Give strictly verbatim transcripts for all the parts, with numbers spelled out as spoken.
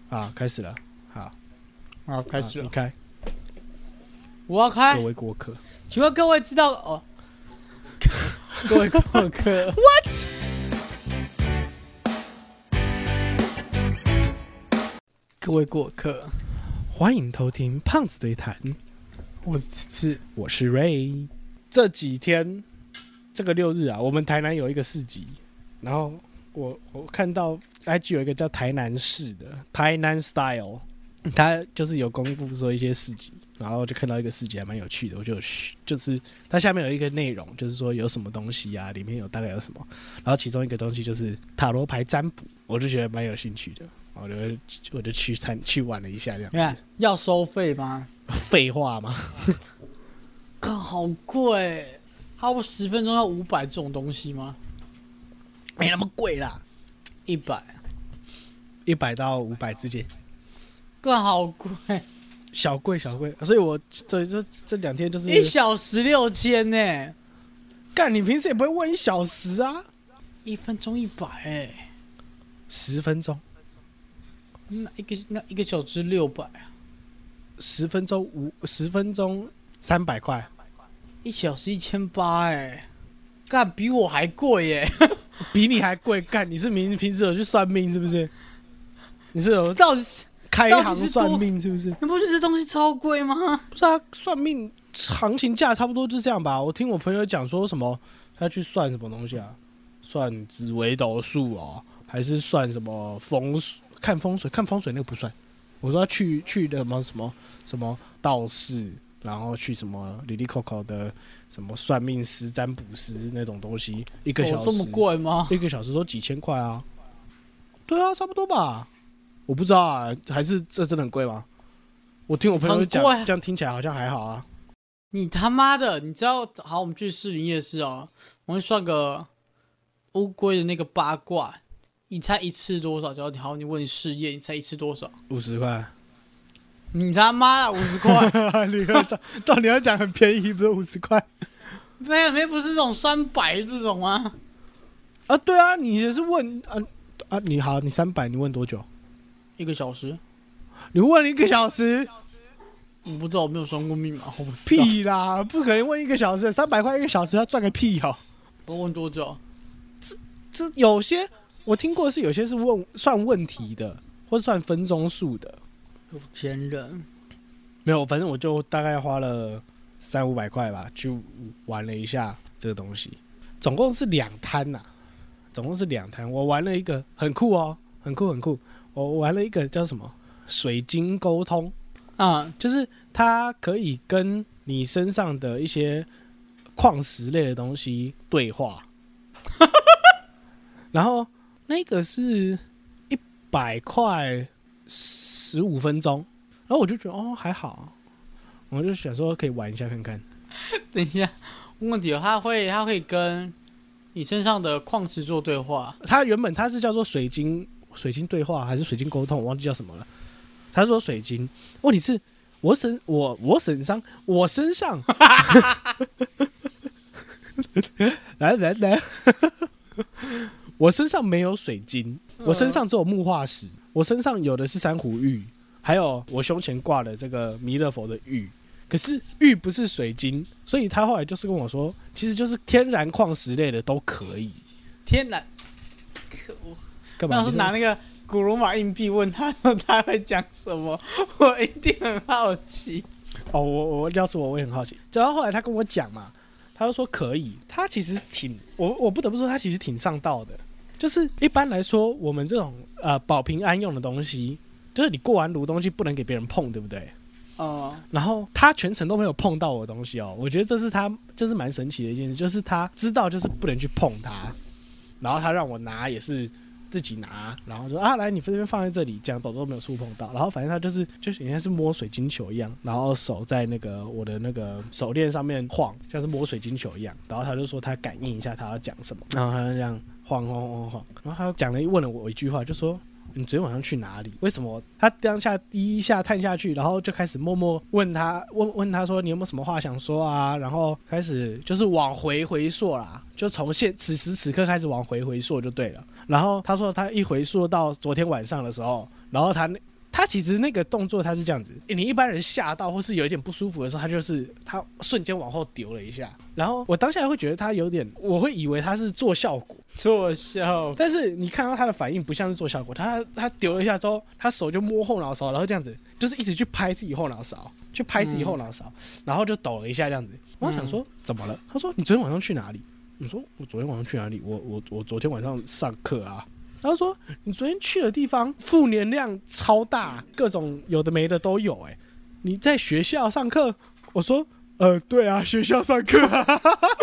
啊，开始了，好， 好，开始了。 你开， 我要开。 各位过客， 请问各位知道哦？各位过客 ，What？ 各位过客， 欢迎偷听胖子对谈， 我是吃吃， 我是 Ray。这几天，这个六日啊，我们台南有一个市集，然后我我看到 I G 有一个叫台南市的台南 Style， 他就是有公布说一些市集，然后就看到一个市集还蛮有趣的，我就有就是它下面有一个内容，就是说有什么东西啊，里面有大概有什么，然后其中一个东西就是塔罗牌占卜，我就觉得蛮有兴趣的，我就我就去参去玩了一下这样。 你看要收费吗？ 废话吗？ 看好贵，差不多十分钟要五百这种东西吗？ 没那么贵啦， 一百， 一百到五百之间， 更好贵， 小贵小贵，所以我这这这两天就是一小时六千呢。 干，你平时也不会问一小时啊？ 一分钟一百哎， 十分钟， 那一个那一个小时六百啊， 十分钟五十分钟三百块， 一小时一千八哎，干比我还贵耶！ 比你还贵。干，你是平平时有去算命是不是？你是有到底是开行算命是不是？ 你不觉得这东西超贵吗？ 不是啊，算命行情价差不多就这样吧。我听我朋友讲说什么，他去算什么东西啊？算紫微斗数哦，还是算什么风水？看风水，看风水那个不算。我说他去去的什么什么什么道士，然后去什么里里口口的什么算命师、占卜师那种东西，一个小时、 哦、这么贵吗？ 一个小时都几千块啊？对啊，差不多吧。我不知道啊，还是这真的很贵吗？我听我朋友讲，这样听起来好像还好啊。 你他妈的，你知道？好，我们去士林夜市哦，我们算个乌龟的那个八卦，你猜一次多少？然后好，你问你事业，你猜一次多少？ 五十块。 你他妈的五十块！ 你照照你要讲很便宜，不是五十块？ 没有，没不是这种三百这种吗？ 啊，对啊，你也是问啊啊，你好，你三百，你问多久？ 一个小时。 你问了一个小时？ 我不知道，我没有算过命嘛，我不知道。 屁啦，不可能问一个小时，三百块一个小时，他赚个屁哦！ 我问多久？ 这这有些我听过是有些是问算问题的，或是算分钟数的。 有钱人。 没有，反正我就大概花了三五百块吧，去玩了一下这个东西，总共是两摊呐，总共是两摊。我玩了一个很酷哦，很酷很酷。我玩了一个叫什么水晶沟通啊， 就是它可以跟你身上的一些矿石类的东西对话，然后那个是一百块十五分钟，然后我就觉得哦还好，我就想说可以玩一下看看。 等一下，问题它会它会跟你身上的矿石做对话。 它原本它是叫做水晶水晶对话还是水晶沟通，我忘记叫什么了。他说水晶，问题是我身我我身上我身上，来来来，我身上没有水晶，我身上只有木化石，我身上有的是珊瑚玉，还有我胸前挂的这个弥勒佛的玉。可是玉不是水晶，所以他后来就是跟我说，其实就是天然矿石类的都可以。 天然，可恶！ 干嘛？ 要是拿那个古罗马硬币问他说他会讲什么，我一定很好奇。 哦，我我要是我我也很好奇。然后后来他跟我讲嘛，他就说可以。他其实挺我我不得不说他其实挺上道的。就是一般来说，我们这种呃保平安用的东西，就是你过完炉东西不能给别人碰，对不对？ 哦、uh 。 然后他全程都没有碰到我的东西哦，我觉得这是他这是蛮神奇的一件事，就是他知道就是不能去碰它，然后他让我拿也是。自己拿，然后说啊，来，你这边放在这里，这样都都没有触碰到。然后反正他就是就是应该是摸水晶球一样，然后手在那个我的那个手链上面晃，像是摸水晶球一样。然后他就说他感应一下他要讲什么，然后他就这样晃晃晃晃，然后他讲了问了我一句话，就说你昨天晚上去哪里？为什么？他当下第一下探下去，然后就开始默默问他问问他说你有没有什么话想说啊？然后开始就是往回回溯啦，就从现此时此刻开始往回回溯就对了。然后他说他一回溯到昨天晚上的时候，然后他他其实那个动作他是这样子，你一般人吓到或是有一点不舒服的时候，他就是他瞬间往后丢了一下，然后我当下会觉得他有点，我会以为他是做效果， 做效， 但是你看到他的反应不像是做效果，他他丢了一下之后，他手就摸后脑勺，然后这样子就是一直去拍自己后脑勺，去拍自己后脑勺，嗯、然后就抖了一下这样子。我想说、嗯、怎么了？他说你昨天晚上去哪里？我说我昨天晚上去哪里？我我我昨天晚上上课啊。他说你昨天去的地方负能量超大，各种有的没的都有、欸。哎，你在学校上课？我说呃对啊，学校上课、啊。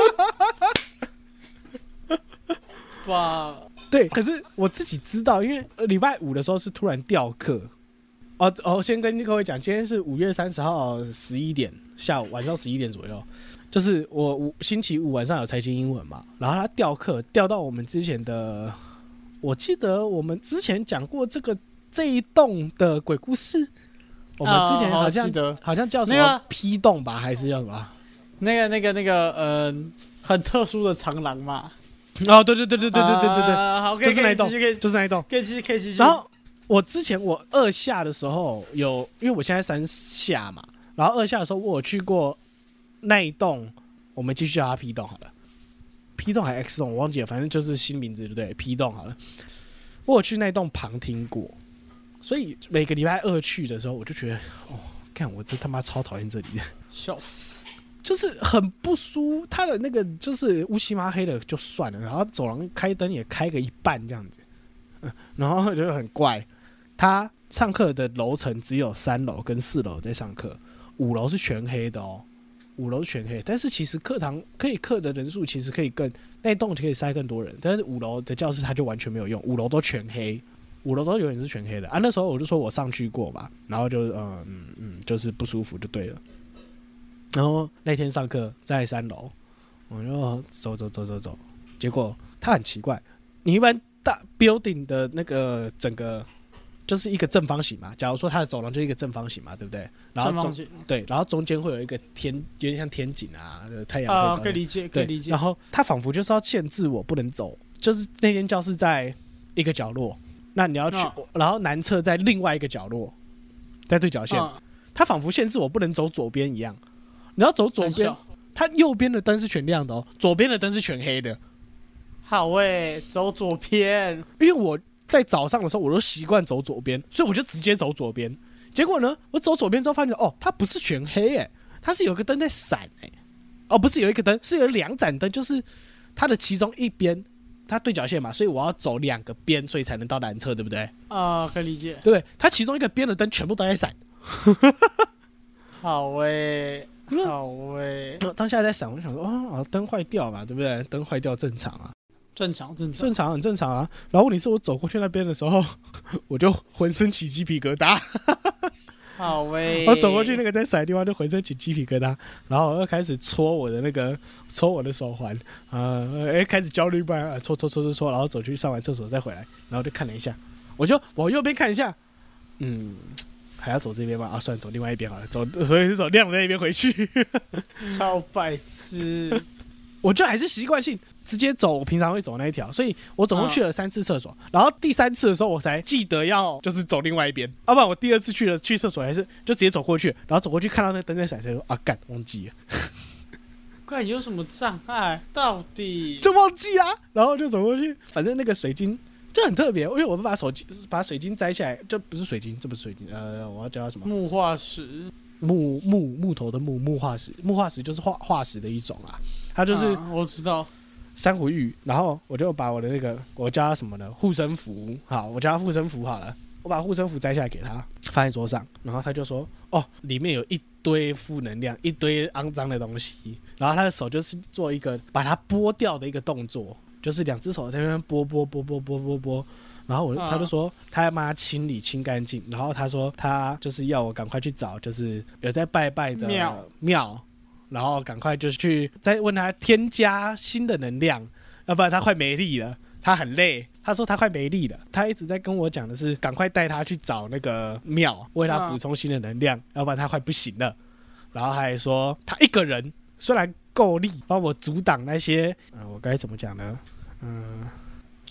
哇， 对，可是我自己知道，因为礼拜五的时候是突然调课。哦哦，先跟各位讲，今天是五月三十号十一点，下午晚上十一点左右。就是我五星期五晚上有财经英文嘛，然后他调课调到我们之前的，我记得我们之前讲过这个这一栋的鬼故事，我们之前好像、哦、好像叫什么 P 栋吧，还是叫什么？ 那个那个那个呃，很特殊的长廊嘛。 哦，对对对对对对对对对， 啊、好， 就是那一栋，就是那一栋， 可以继续可以继续。 然后我之前我二下的时候有，因为我现在三下嘛，然后二下的时候我有去过。那一栋，我们继续叫它 P 栋好了 ，P 栋还 X 栋我忘记了，反正就是新名字对不对 ？P 栋好了，我有去那栋旁听过，所以每个礼拜二去的时候，我就觉得，哦，看我真他妈超讨厌这里的， 笑死， 就是很不舒，他的那个就是乌漆麻黑的就算了，然后走廊开灯也开个一半这样子，嗯、然后就很怪，他上课的楼层只有三楼跟四楼在上课，五楼是全黑的哦。五楼全黑，但是其实课堂可以课的人数其实可以更那栋可以塞更多人，但是五楼的教室它就完全没有用，五楼都全黑，五楼都永远是全黑的啊。那时候我就说我上去过嘛，然后就嗯嗯嗯，就是不舒服就对了。然后那天上课在三楼，我就走走走走走，结果它很奇怪，你一般大 building 的那个整个。就是一个正方形嘛，假如说它的走廊就是一个正方形嘛，对不对？然后中对，然后中间会有一个天，有点像天井啊，太阳可以照、 啊、可以理解，可以理解。 然后它仿佛就是要限制我不能走，就是那间教室在一个角落，那你要去，啊、然后南侧在另外一个角落，在对角线，啊、它仿佛限制我不能走左边一样。你要走左边，它右边的灯是全亮的哦，左边的灯是全黑的。 好诶、欸，走左边， 因为我。在早上的时候，我都习惯走左边，所以我就直接走左边。结果呢，我走左边之后发现，哦，它不是全黑哎，它是有个灯在闪哎，哦，不是有一个灯，是有两盏灯，就是它的其中一边，它对角线嘛，所以我要走两个边，所以才能到南侧，对不对？ 啊、呃，可以理解。 对，它其中一个边的灯全部都在闪。 好诶、欸，好诶、 欸。当下在闪，我就想说，哦，灯坏掉嘛，对不对？灯坏掉正常啊。 正常，正常， 正常，很正常啊。然后问题是我走过去那边的时候，我就浑身起鸡皮疙瘩。 好喂、欸！ 我走过去那个在闪的地方，就浑身起鸡皮疙瘩，然后我就开始搓我的那个搓我的手环，啊、呃，哎，开始焦虑不安，搓搓搓搓搓，然后走去上完厕所再回来，然后就看了一下，我就往右边看一下，嗯，还要走这边吗？啊，算了，走另外一边好了，走，所以是走亮的那边回去。 超白痴！ 我就还是习惯性直接走我平常会走那一条，所以我总共去了三次厕所、嗯，然后第三次的时候我才记得要就是走另外一边，要不然我第二次去了去厕所还是就直接走过去，然后走过去看到那灯在闪，才说啊干忘记了， 干有什么障碍？到底就忘记啊，然后就走过去，反正那个水晶就很特别，因为我们把手机把水晶摘下来，就不是水晶，这不是水晶，呃，我要叫它什么？ 木化石。 木木木头的木木化石，木化石就是化化石的一种啊，它就是、 啊、我知道珊瑚玉，然后我就把我的那个我叫它什么呢？护身符，好，我叫它护身符好了，我把护身符摘下来给他，放在桌上，然后他就说，哦，里面有一堆负能量，一堆肮脏的东西，然后他的手就是做一个把它剥掉的一个动作，就是两只手在那边剥剥剥剥剥剥剥。然后我他就说他要帮他清理清干净，然后他说他就是要我赶快去找就是有在拜拜的庙，庙然后赶快就是去再问他添加新的能量，要不然他快没力了，他很累，他说他快没力了，他一直在跟我讲的是赶快带他去找那个庙为他补充新的能量，要不然他快不行了，然后他还说他一个人虽然够力帮我阻挡那些、呃、我该怎么讲呢嗯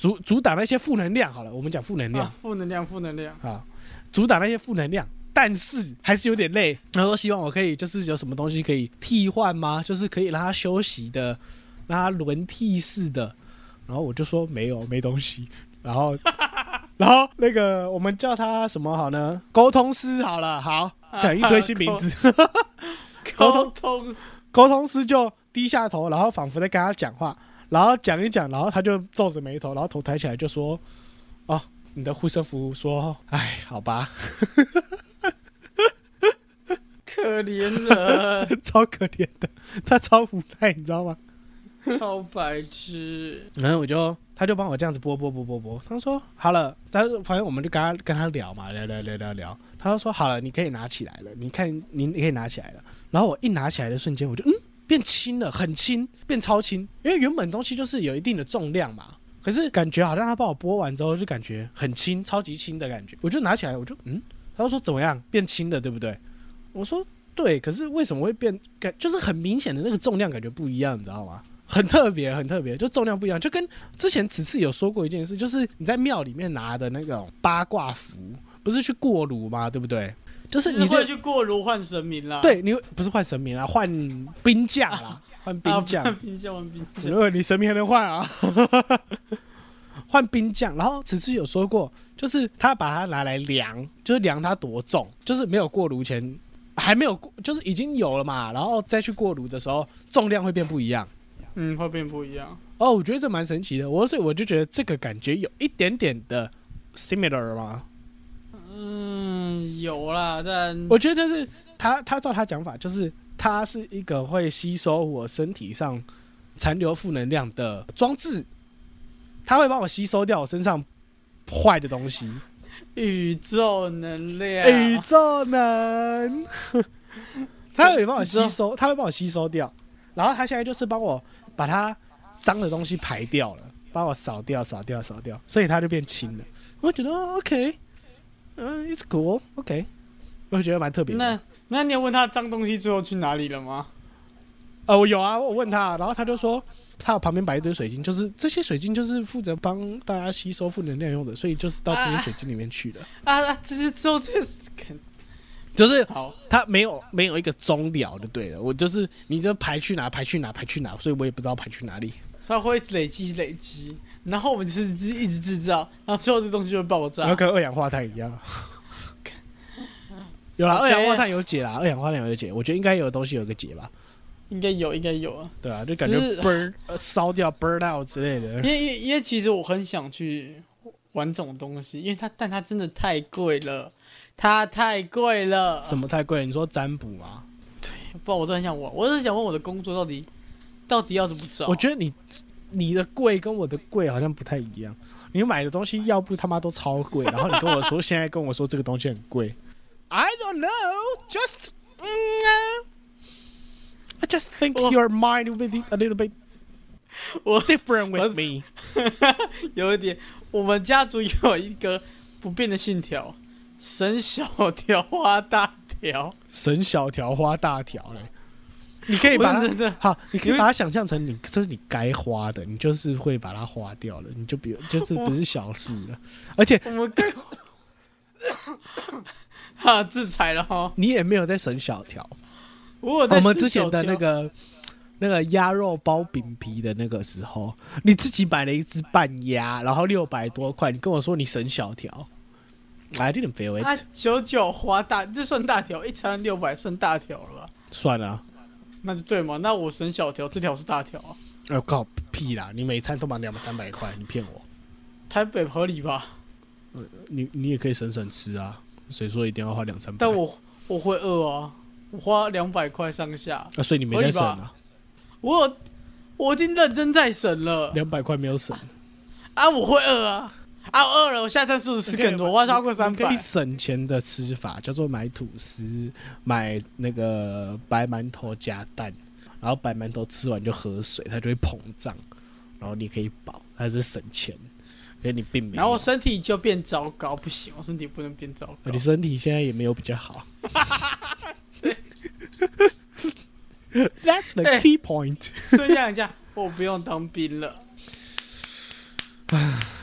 阻阻挡那些负能量。好了，我们讲负能量， 啊、负能量，负能量啊，阻挡那些负能量。但是还是有点累，他说希望我可以就是有什么东西可以替换吗？就是可以让他休息的，让他轮替式的。然后我就说没有，没东西。然后，然后那个我们叫他什么好呢？沟通师好了，好，讲一堆新名字。 沟通师， 沟通师就低下头，然后仿佛在跟他讲话，然后讲一讲，然后他就皱着眉头，然后头抬起来就说：“哦，你的护身符说，哎，好吧。” 可怜人， 超可怜的，他超无奈，你知道吗？ 超白痴。 然后我就，他就帮我这样子拨拨拨拨拨。他说好了，但是反正我们就跟他跟他聊嘛，聊聊聊聊聊。他就说好了，你可以拿起来了，你看你你可以拿起来了。然后我一拿起来的瞬间，我就嗯变轻了，很轻，变超轻。因为原本东西就是有一定的重量嘛，可是感觉好像他帮我拨完之后，就感觉很轻，超级轻的感觉。我就拿起来，我就嗯，他就说怎么样，变轻了，对不对？我说对，可是为什么会变？感就是很明显的那个重量感觉不一样，你知道吗？很特别，很特别，就重量不一样，就跟之前此次有说过一件事，就是你在庙里面拿的那种八卦符，不是去过炉吗？对不对？就是你会去过炉换神明啦。 对，你不是换神明啦，换兵将啦，换兵将， 换兵将，换兵将。 如果你神明还能换啊，换兵将。然后此次有说过，就是他把它拿来量，就是量它多重，就是没有过炉前。还没有过，就是已经有了嘛，然后再去过炉的时候，重量会变不一样。 嗯，会变不一样。 哦，我觉得这蛮神奇的，我所以我就觉得这个感觉有一点点的 similar 吗？ 嗯，有啦，但我觉得就是他他照他讲法，就是它是一个会吸收我身体上残留负能量的装置，它会帮我吸收掉我身上坏的东西。 宇宙能量， 宇宙能，它会帮我吸收，它会帮我吸收掉。然后它现在就是帮我把它脏的东西排掉了，帮我扫掉、扫掉、扫掉，所以它就变轻了。我觉得、哦、OK， 嗯、uh, ，It's cool，OK，、okay. 我觉得蛮特别的。 那那你有问他脏东西最后去哪里了吗？ 呃，我有啊，我问他，然后他就说。他旁边摆一堆水晶，就是这些水晶就是负责帮大家吸收负能量用的，所以就是到这些水晶里面去了。 啊啊！这是之后这是， 就是好， 他没有没有一个终了就对了。我就是你这排去哪排去哪排去哪，所以我也不知道排去哪里。 所以会累积累积，然后我们就是一直制造，然后最后这东西就会爆炸。 然后跟二氧化碳一样。有啦， okay. 二氧化碳有解啦，二氧化碳有解，我觉得应该有东西有个解吧。 应该有，应该有啊。 对啊，就感觉 burn 烧掉 burn out 之类的。 因为因为其实我很想去玩这种东西，因为它但它真的太贵了，它太贵了。 什么太贵？你说占卜吗？ 对，不然我真的很想玩。我只是想问我的工作到底到底要怎么找？ 我觉得你你的贵跟我的贵好像不太一样。你买的东西要不他妈都超贵，然后你跟我说现在跟我说这个东西很贵。I don't know, just、嗯啊 I just think your mind will be a little bit different with me 。 有一点，我们家族有一个不变的信条：省小条花大条。 省小条花大条嘞，你可以把它好，你可以把它想象成你这是你该花的，你就是会把它花掉了，你就比就是不是小事了，而且我们该哈制裁了哈， 你也没有在省小条。 我, 我们之前的那个那个鸭肉包饼皮的那个时候，你自己买了一只半鸭，然后六百多块，你跟我说你省小条 ，I didn't feel it。 啊，九九花大，这算大条，一餐六百算大条了吧？ 算了、啊， 那就对嘛，那我省小条，这条是大条啊。 我、哦、靠屁啦！你每餐都买两百三百块，你骗我？ 台北合理吧？ 呃、你你也可以省省吃啊，谁说一定要花两三百？ 但我我会饿啊。我花两百块上下、 啊，所以你没在省啊？ 我有我已经认真在省了， 两百块没有省啊！我会饿啊！啊，我饿了，我下餐数吃更多，我花超过三百。 可以省钱的吃法叫做买吐司，买那个白馒头加蛋，然后白馒头吃完就喝水，它就会膨胀，然后你可以饱，它是省钱。可是你并没有， 然后我身体就变糟糕，不行，我身体不能变糟糕。 你身体现在也没有比较好。That's the key point、欸。 顺便讲一下，我不用当兵了。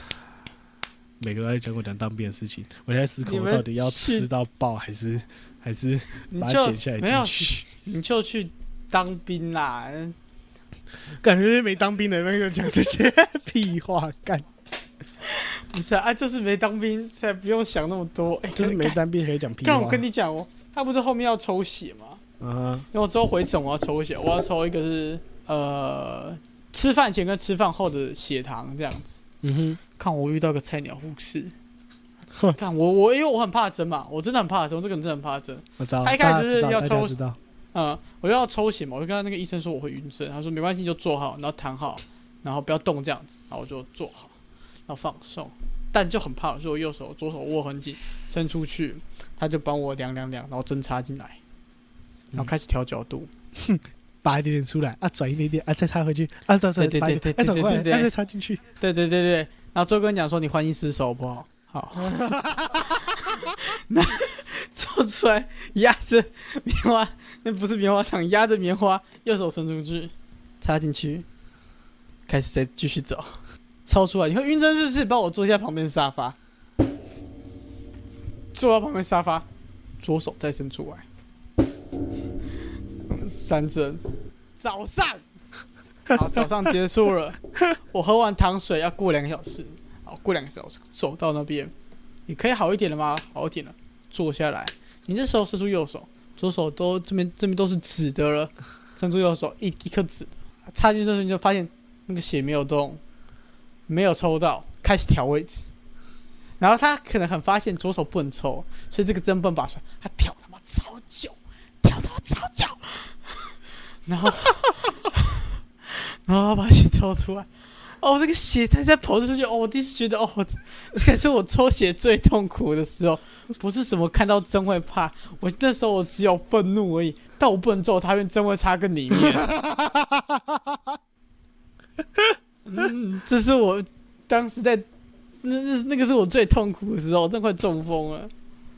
每个都在跟我讲当兵的事情，我在思考我到底要吃到爆还是还是把它剪下来进去。 你就去当兵啦！ 感觉没当兵的那个讲这些屁话，干。 不是 啊, 啊，就是没当兵才不用想那么多。欸、 就是没当兵可以讲屁话。 但我跟你讲哦，他不是后面要抽血吗？嗯、uh， 因为我之后回诊我要抽血，我要抽一个是呃吃饭前跟吃饭后的血糖这样子。嗯哼，看我遇到个菜鸟护士，看我我因为我很怕针嘛，我真的很怕针，我这个人真的很怕针。 我知道， 他一开始就是要抽， 嗯， 我就要抽血嘛，我就跟他那个医生说我会晕针，他说没关系，你就坐好，然后躺好，然后不要动这样子，然后我就坐好。要放松，但就很怕，所以我右手左手握很紧，伸出去，他就帮我量量量，然后针插进来，然后开始调角度， 嗯、拔一点点出来，啊转一点点，啊再插回去，啊转转， 对对对对对对对对，啊再插进去， 对对对对，然后周哥讲说你换医师手好不好？好，那做出来压着棉花，那不是棉花糖，压着棉花，右手伸出去，插进去，开始再继续走。抽出来，你会晕针是不是？帮我坐下旁边沙发，坐到旁边沙发，左手再伸出来，三针，早上，好，早上结束了，我喝完糖水要过两个小时，好，过两个小时走到那边，你可以好一点了吗？好一点了，坐下来，你这时候伸出右手，左手都这边这边都是纸的了，伸出右手一一颗纸的，插进去你就发现那个血没有动。没有抽到，开始调位置，然后他可能很发现左手不能抽，所以这个针不能拔出来，他调他妈超久，调他妈超久，然后然后把血抽出来，哦，那个血才在跑出去，哦，我第一次觉得，哦，这才是我抽血最痛苦的时候，不是什么看到针会怕，我那时候我只有愤怒而已，但我不能揍他，因为针会插更里面。嗯，这是我当时在那那那个是我最痛苦的时候，我真快中风了。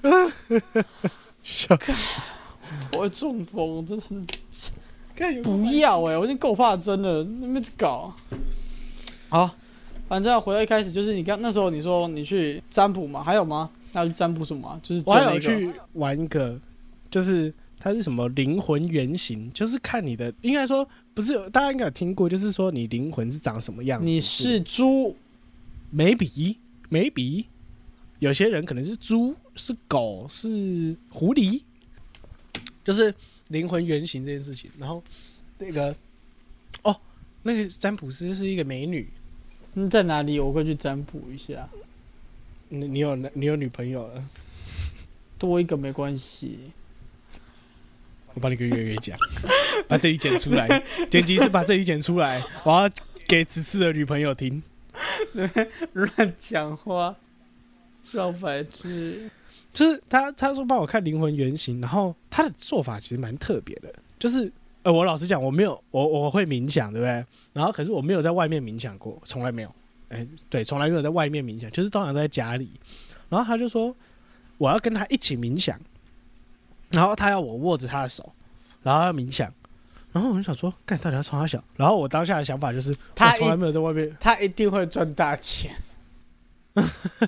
我会中风，真的很不要哎、欸！我已经够怕针了，那边搞。好，反正回到一开始，就是你刚那时候你说你去占卜嘛，还有吗？还有去占卜什么、啊？就是我还有去玩一个，就是它是什么灵魂原型，就是看你的，应该说。不是，大家应该有听过，就是说你灵魂是长什么样子？ 你是猪 ，maybe maybe， 有些人可能是猪，是狗，是狐狸，就是灵魂原型这件事情。然后那个哦，那个占卜师是一个美女， 嗯，在哪里？我会去占卜一下。 你你有你有女朋友了？ 多一个没关系。 我帮你跟月月讲，把这里剪出来。剪辑是把这里剪出来，我要给此次的女朋友听。 乱讲话，小白痴。 就是他他说帮我看灵魂原型，然后他的做法其实蛮特别的。就是呃，我老实讲，我没有我我会冥想，对不对？然后可是我没有在外面冥想过，从来没有。哎、欸，对，从来没有在外面冥想，就是通常在家里。然后他就说我要跟他一起冥想。然后他要我握着他的手，然后要冥想，然后我就想说，干到底要冲他小？然后我当下的想法就是，他从来没有在外面， 他一定会赚大钱。 哎、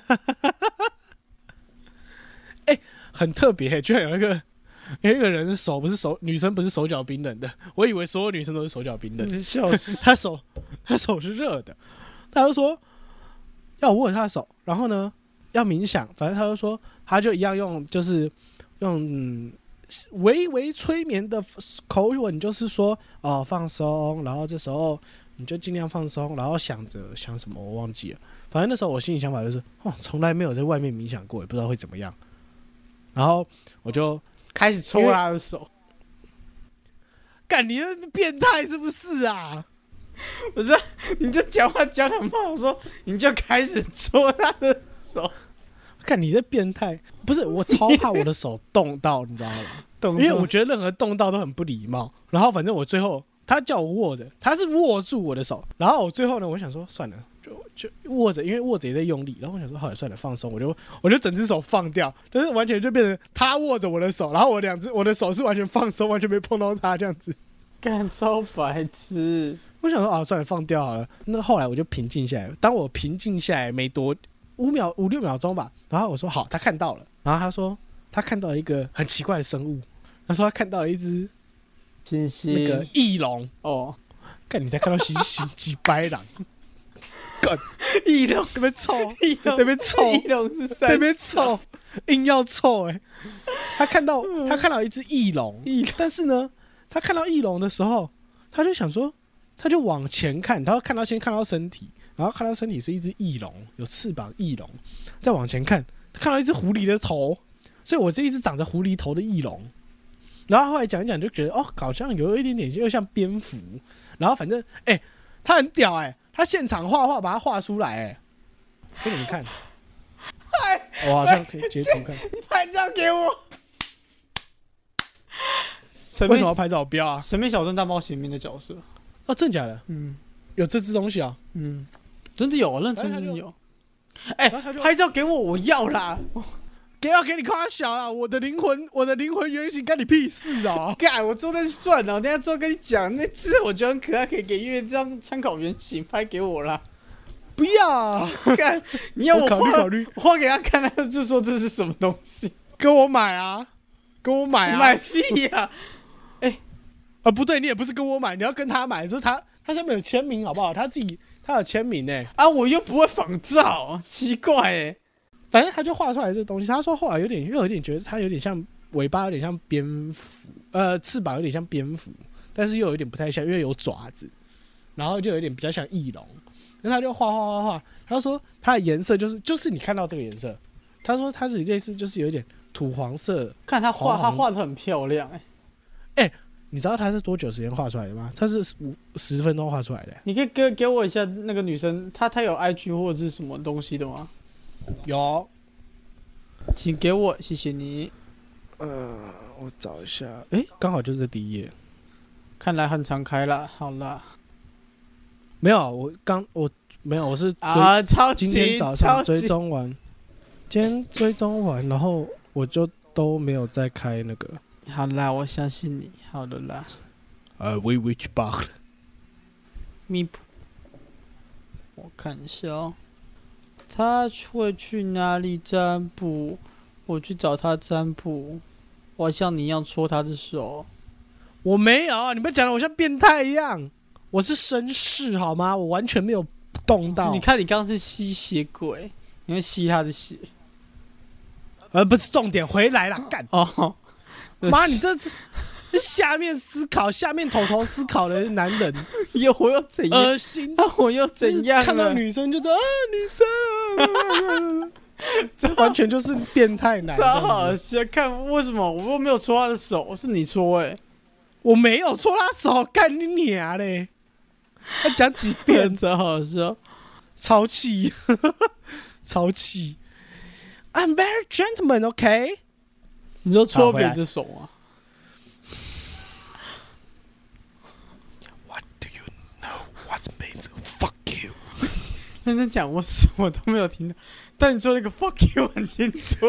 欸，很特别，居然有一个有一个人手不是手，女生不是手脚冰冷的，我以为所有女生都是手脚冰冷的， 笑死！ 他手他手是热的，他就说要我握着他的手，然后呢要冥想，反正他就说他就一样用就是。用微微催眠的口吻，就是说哦放松，然后这时候你就尽量放松，然后想着想什么我忘记了，反正那时候我心里想法就是哦从来没有在外面冥想过，也不知道会怎么样，然后我就开始戳他的手， 干你那变态是不是啊？ 不是，你就讲话讲很慢，我说你就开始戳他的手。 看你这变态，不是我超怕我的手动到，你知道吗？ 动， 因为我觉得任何动到都很不礼貌。然后反正我最后他叫我握着，他是握住我的手，然后我最后呢，我想说算了，就就握着，因为握着也在用力。然后我想说好了算了，放松，我就我就整只手放掉，就是完全就变成他握着我的手，然后我两只我的手是完全放松，完全没碰到他这样子。 干超白痴！ 我想说啊算了，放掉好了。那后来我就平静下来。当我平静下来没多。 五秒五六秒钟吧。然后我说好，他看到了。然后他说他看到了一个很奇怪的生物，他说他看到了一只星星那个翼龙。 哦， 看你才看到星星几白狼，干翼龙这边臭， 翼龙这边臭， 翼龙是三这边臭，硬要臭哎、欸。他看到他看到一只翼龙，但是呢，他看到翼龙的时候，他就想说，他就往前看，他看到先看到身体，然后看到身体是一只翼龙，有翅膀翼龙，再往前看，看到一只狐狸的头，所以我是一只长着狐狸头的翼龙。然后后来讲一讲，就觉得哦，好像有一点点又像蝙蝠。然后反正哎、欸，他很屌哎、欸，他现场画画把它画出来哎、欸，给你们看。我好像可以截图看。 你拍照给我。 为什么要拍照？不要啊！ 神秘小镇大冒险里面的角色。 哦，真的假的？ 嗯， 有这只东西啊？ 嗯，真的有，认真真的有。哎、欸，拍照给我，我要啦！ 给要给你夸小啊！我的灵魂，我的灵魂原型干你屁事啊！ 干，我做那算了，我等一下之后跟你讲，那只我觉得很可爱，可以给月这参考原型，拍给我啦。 不要！ 干，你要我考虑考虑， 画给他看，他就说这是什么东西， 跟我买啊，跟我买啊！ 买屁呀、啊！哎、欸， 啊不对，你也不是跟我买，你要跟他买，是他他下面有签名好不好？他自己他有签名呢、欸。 啊，我又不会仿照，奇怪哎、欸。 反正他就画出来这东西，他说后来有点又有点觉得它有点像尾巴，有点像蝙蝠，呃，翅膀有点像蝙蝠，但是又有点不太像，因为有爪子，然后就有点比较像翼龙。那他就画画画画，他说它的颜色就是就是你看到这个颜色，他说它是类似就是有点土黄色。 看他画，他画的很漂亮哎、 欸。哎、欸，你知道他是多久时间画出来的吗？他是五十分钟画出来的、欸。 你可以给给我一下那个女生，她她有 I G 或者是什么东西的吗？ 有， 请给我，谢谢你。 呃，我找一下，哎、欸，刚好就是这第一页。 看来很常开了，好啦。 没有，我刚我没有，我是啊，超级今天早上追踪完，今天追踪完，然后我就都没有再开那个。 好啦，我相信你。好的啦。 呃 ，We Which Bug 咪普，我看一下哦。他会去哪里占卜？我去找他占卜。我像你一样戳他的手。 我没有，你们讲的我像变态一样。我是绅士好吗？我完全没有动到。 你看，你刚刚是吸血鬼，你会吸他的血。 呃，不是重点，回来啦，干！ 哦， 妈，你这下面思考、下面头头思考的男人， 有我又怎样？ 恶心！ 啊，我又怎样？ 看到女生就说啊，女生啊，这完全就是变态男。 超好笑！看为什么我又没有戳他的手，是你戳哎、欸， 我没有戳他手，干你娘嘞！他讲几遍， 超好笑， 超气，超气。I'm very gentleman, OK？ 你说戳别人的手啊 ？What do you know? What means fuck you？ 认真讲，我什么都没有听到，但你说那个 fuck you 很清楚。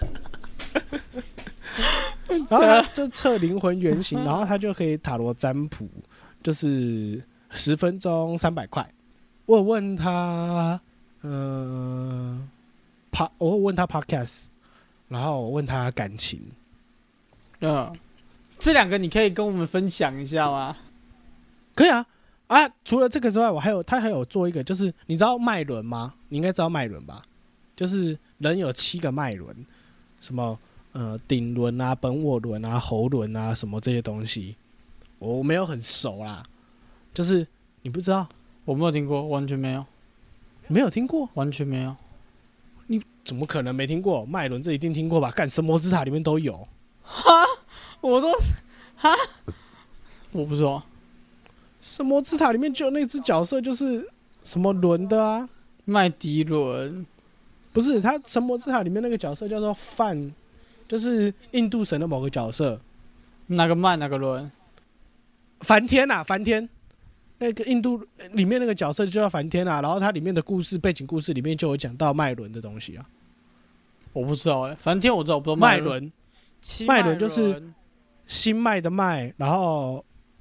然后他就测灵魂原型，然后他就可以塔罗占卜，就是十分钟三百块。我有问他，呃，pa, 我有问他 podcast， 然后我问他感情。 嗯，这两个你可以跟我们分享一下吗？ 可以啊，啊，除了这个之外，我还有他还有做一个，就是你知道脉轮吗？你应该知道脉轮吧？就是人有七个脉轮，什么？呃，顶轮啊、本我轮啊、喉轮啊，什么这些东西，我没有很熟啦。就是你不知道， 我没有听过，完全没有， 没有听过， 完全没有。 你怎么可能没听过？脉轮这一定听过吧？干神魔之塔里面都有。 哈，我都哈，我不知道。 神魔之塔里面就有那只角色，就是什么轮的啊？ 麦迪伦， 不是他神魔之塔里面那个角色叫做范。就是印度神的某个角色， 哪个麦哪个轮？ 梵天啊，梵天，那个印度里面那个角色就叫梵天啊。然后它里面的故事背景故事里面就有讲到脉轮的东西啊。 我不知道哎、欸，梵天我知道，我不知道脉轮， 脉轮就是心脉的脉，然后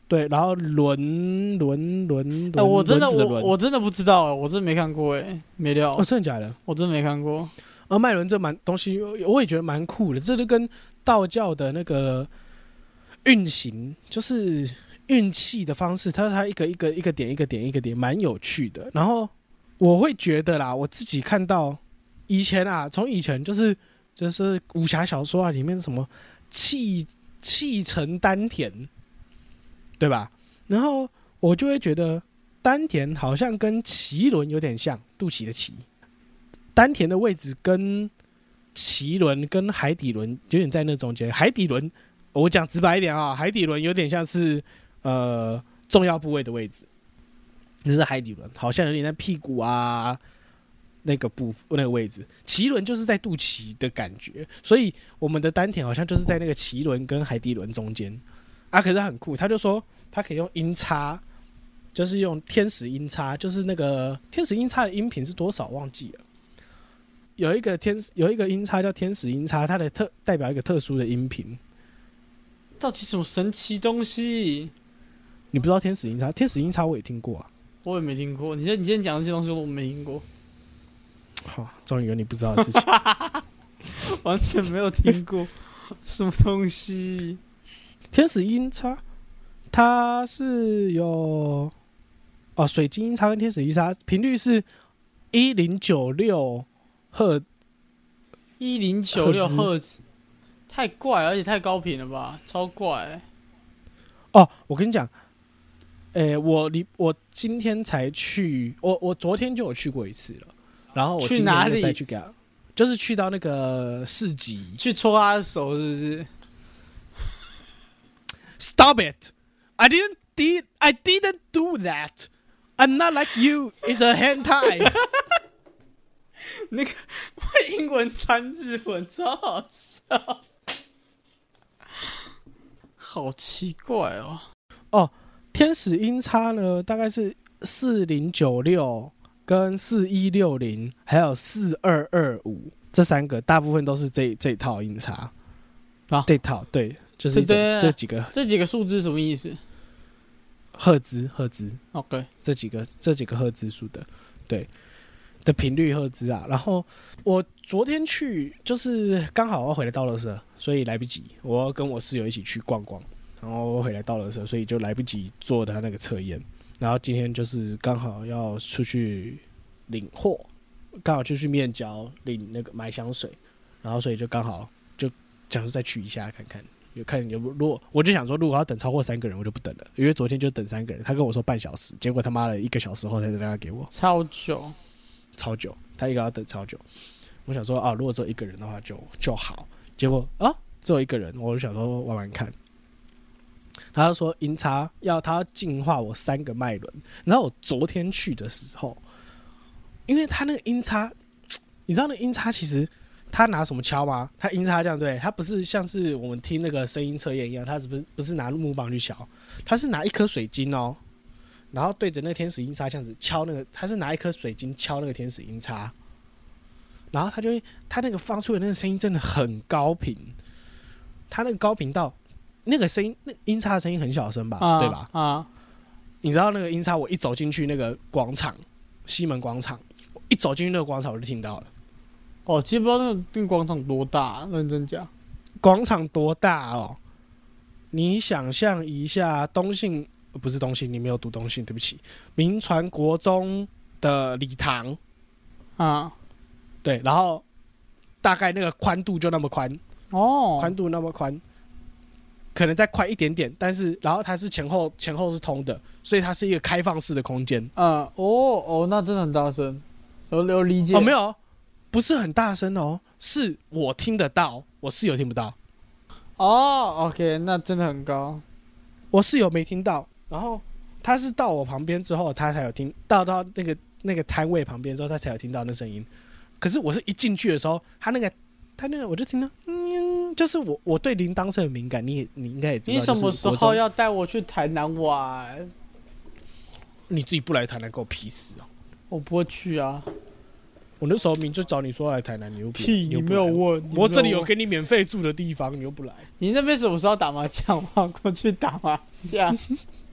对，然后轮轮轮哎、我真的轮子轮我我真的不知道，我真的没看过哎，没料， 哦，真的假的？ 我真的没看过。 而脉轮这蛮东西，我也觉得蛮酷的，这就跟道教的那个运行，就是运气的方式，它它一个一个一个点一个点一个点，蛮有趣的。然后我会觉得啦，我自己看到以前啊，从以前就是就是武侠小说啊里面什么气气沉丹田，对吧？然后我就会觉得丹田好像跟脐轮有点像，肚脐的脐。丹田的位置跟脐轮跟海底轮有点在那中间。海底轮，我讲直白一点啊，海底轮有点像是呃重要部位的位置，那是海底轮，好像有点在屁股啊那个部那个位置。脐轮就是在肚脐的感觉，所以我们的丹田好像就是在那个脐轮跟海底轮中间啊。可是他很酷，他就说他可以用音叉，就是用天使音叉，就是那个天使音叉的音频是多少忘记了。有一个天有一个音叉叫天使音叉，它的特代表一个特殊的音频。 到底什么神奇东西？ 你不知道天使音叉？天使音叉我也听过啊， 我也没听过。你你今天讲的这些东西我没听过。 好，终于有你不知道的事情， 完全没有听过，什么东西？ 天使音叉，它是有哦，水晶音叉跟天使音叉频率是一零九六赫， 一零九六赫兹，太怪了，而且太高频了吧，超怪、欸。 哦，我跟你讲，诶、欸，我离我今天才去，我我昨天就有去过一次了，然后我今天就再去给他，就是去到那个市集， 去戳他的手，是不是 ？Stop it! I didn't did I didn't do that. I'm not like you. It's a hentai. 那个英文掺日文，超好笑，好奇怪哦。 哦，天使音叉呢，大概是四零九六跟四一六零，还有四二二五这三个，大部分都是这这一套音叉啊。这套对，就是这这几个这几个数字什么意思？ 赫兹赫兹 ，OK， 这几个这几个赫兹数的，对。的频率赫兹啊，然后我昨天去就是刚好要回来到垃圾，所以来不及。我要跟我室友一起去逛逛，然后我回来到垃圾，所以就来不及做他那个测验。然后今天就是刚好要出去领货，刚好就去面交领那个买香水，然后所以就刚好就想说再去一下看看，有看有如果我就想说如果要等超过三个人我就不等了，因为昨天就等三个人，他跟我说半小时，结果他妈的一个小时后才打电话给我， 超久。 超久，他一个要等超久。我想说啊，如果只有一个人的话就就好。结果啊，只有一个人，我就想说玩玩看。他就说音叉要他要净化我三个脉轮。然后我昨天去的时候，因为他那个音叉，你知道那个音叉其实他拿什么敲吗？他音叉这样对，他不是像是我们听那个声音测验一样，他是不是不是拿木棒去敲，他是拿一颗水晶哦。然后对着那个天使音叉这样子敲那个，他是拿一颗水晶敲那个天使音叉，然后他就会，他那个放出的那个声音真的很高频，他那个高频到那个声音，那音叉的声音很小声吧，啊、对吧？啊，你知道那个音叉，我一走进去那个广场，西门广场，我一走进去那个广场我就听到了。 哦，其实不知道那个那个广场多大，认真讲， 广场多大哦？你想象一下，东信。不是东信，你没有读东信，对不起。民传国中的礼堂啊，对，然后大概那个宽度就那么宽哦，宽度那么宽，可能再宽一点点，但是然后它是前后前后是通的，所以它是一个开放式的空间。 嗯，哦哦，那真的很大声，有有理解哦？没有，不是很大声哦，是我听得到，我室友听不到。 哦 ，OK， 那真的很高， 我室友没听到。然后他是到我旁边之后，他才有听到到那个那个摊位旁边之后，他才有听到那声音。可是我是一进去的时候，他那个他那个我就听到，嗯，就是我我对铃铛是很敏感，你也你应该也知道。 你什么时候要带我去台南玩？ 你自己不来台南，给我屁事啊！ 我不会去啊。 我那时候明就找你说要来台南，你又不屁，你没有问。 我这里有给你免费住的地方，你又不来。 你那边什么时候打麻将？我要过去打麻将。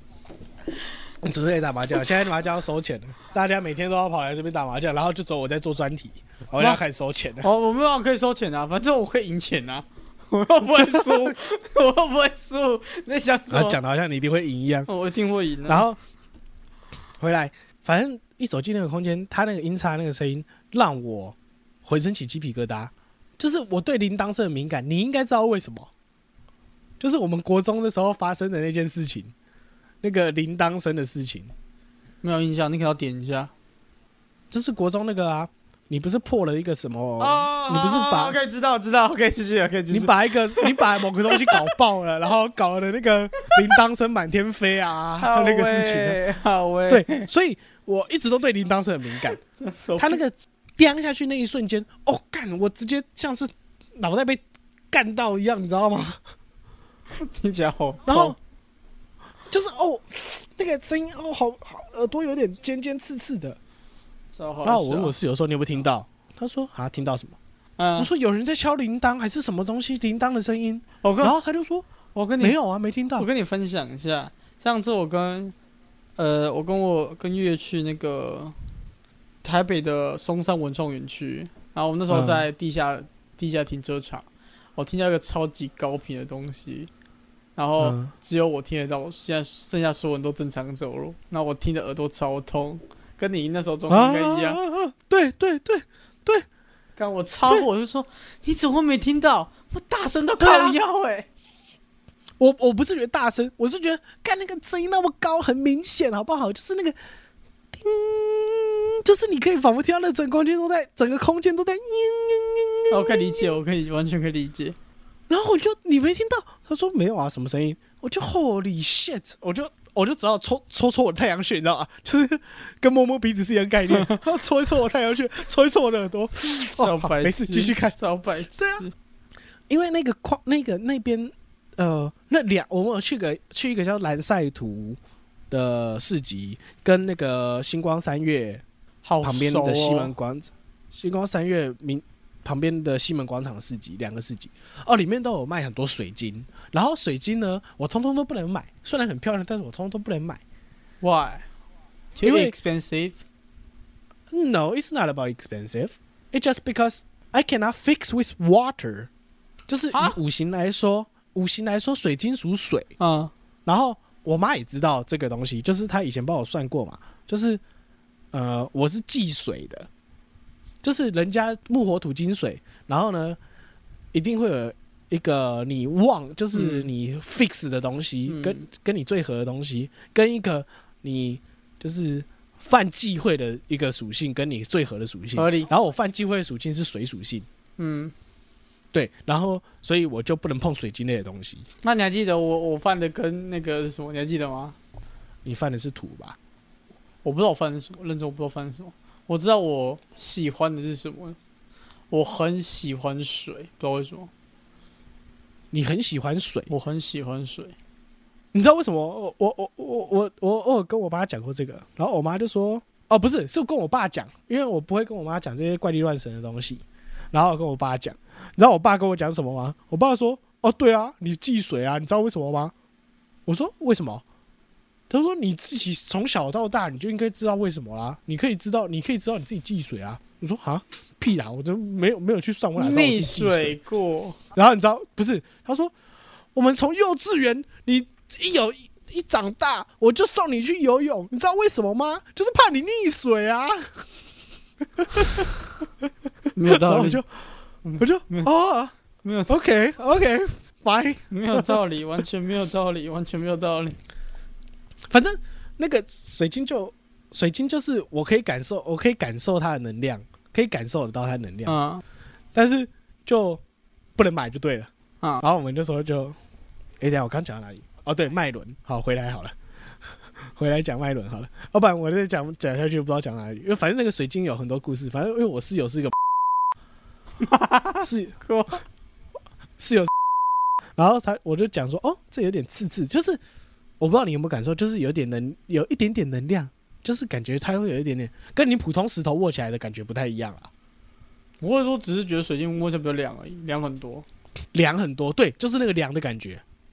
纯粹打麻将，现在麻将要收钱了，大家每天都要跑来这边打麻将，然后就走我在做专题，我要开始收钱了。 哦，我没有可以收钱啊，反正我可以赢钱啊，我又不会输，我又不会输，你在想什么？ 讲的好像你一定会赢一样。 我一定会赢、啊。 然后回来，反正一走进那个空间，他那个音叉那个声音让我浑身起鸡皮疙瘩，就是我对铃铛声很敏感，你应该知道为什么。就是我们国中的时候发生的那件事情，那个铃铛声的事情， 没有印象，你可要点一下。 就是国中那个啊，你不是破了一个什么？ 哦、 你不是把？ 可以知道，知道，可以继续，可以继续。 你把一个，你把某个东西搞爆了，然后搞得那个铃铛声满天飞啊，那个事情。 好喂。 对，所以我一直都对铃铛声很敏感。他那个掉下去那一瞬间，哦干，我直接像是脑袋被干到一样，你知道吗？ 听起来好， 然后就是哦，那个声音哦，好好耳朵有点尖尖刺刺的。然后我问我室友说：“你有没有听到？”他说：“啊，听到什么？”嗯、我说：“有人在敲铃铛，还是什么东西？铃铛的声音。”然后他就说：“ 我跟你没有啊，没听到。” 我跟你分享一下，上次我跟呃，我跟我跟月去那个台北的松山文创园区，然后我们那时候在地下、嗯、地下停车场，我听到一个超级高频的东西。然后只有我听得到，现在剩下所有人都正常走路，那我听的耳朵超痛，跟你那时候状况应该一样。 啊啊啊、对对对对， 刚我超火，我就说你怎么会没听到？我大声到靠腰哎、欸！ 我我不是觉得大声，我是觉得干那个声音那么高，很明显，好不好？就是那个叮，就是你可以仿佛听到那整个空间都在，整个空间都在。 我可以理解，我可以完全可以理解。 然后我就你没听到？他说没有啊，什么声音？我就 Holy shit！ 我就我就只好戳戳戳我的太阳穴，你知道吗？就是跟摸摸鼻子是一样概念，然后戳一戳我太阳穴，戳一戳我的耳朵。哦，好，没事，继续看。 超白痴。 对啊，因为那个矿那个那边呃那两我们有去个去一个叫蓝晒图的市集，跟那个星光三月旁边的西门广场，星光三月明。旁边的西门广场市集，两个市集哦，里面都有卖很多水晶，然后水晶呢，我通通都不能买，虽然很漂亮，但是我通通都不能买。 Why? Too expensive? No, it's not about expensive. It's just because I cannot fix with water. 就是以五行来说，五行来说，水晶属水。嗯，然后我妈也知道这个东西，就是她以前帮我算过嘛，就是呃，我是忌水的。就是人家木火土金水，然后呢，一定会有一个你旺，就是你 fix 的东西，嗯、跟跟你最合的东西，跟一个你就是犯忌讳的一个属性，跟你最合的属性。 合理。 然后我犯忌讳的属性是水属性，嗯，对，然后所以我就不能碰水晶类的东西。 那你还记得我我犯的跟那个是什么？你还记得吗？ 你犯的是土吧？ 我不知道我犯的是什么，认真我不知道犯的是什么。我知道我喜欢的是什么，我很喜欢水，不知道为什么。 你很喜欢水？ 我很喜欢水。 你知道为什么？我我我我我我我有跟我妈讲过这个，然后我妈就说：“哦，不是，是跟我爸讲，因为我不会跟我妈讲这些怪力乱神的东西。”然后我跟我爸讲，你知道我爸跟我讲什么吗？我爸说：“哦，对啊，你忌水啊，你知道为什么吗？”我说：“为什么？”他说：“你自己从小到大，你就应该知道为什么啦。你可以知道，你可以知道你自己忌水啊。”我说：“啊，屁啦，我都没有没有去算，我哪知道我自己忌水过？” 然后你知道不是？他说：“我们从幼稚园，你一有一一长大，我就送你去游泳，你知道为什么吗？就是怕你溺水啊。” 没有道理， 我就我就哦， 没有 ，OK OK fine， 没有道理，完全没有道理，完全没有道理。 反正那个水晶就水晶就是我可以感受，我可以感受它的能量，可以感受得到它的能量，嗯、但是就不能买就对了。嗯、然后我们那时候就，哎、欸，等一下我刚讲到哪里？哦，对，脉轮，好，回来好了，回来讲脉轮好了，要不然我再讲讲下去不知道讲哪里，因为反正那个水晶有很多故事，反正因为我室友是一个是室友，然后他我就讲说，哦，这有点刺刺，就是。我不知道你有没有感受，就是有点能有一点点能量，就是感觉它会有一点点跟你普通石头握起来的感觉不太一样啦。 不会说只是觉得水晶摸起来比较凉而已，凉很多， 凉很多，对，就是那个凉的感觉。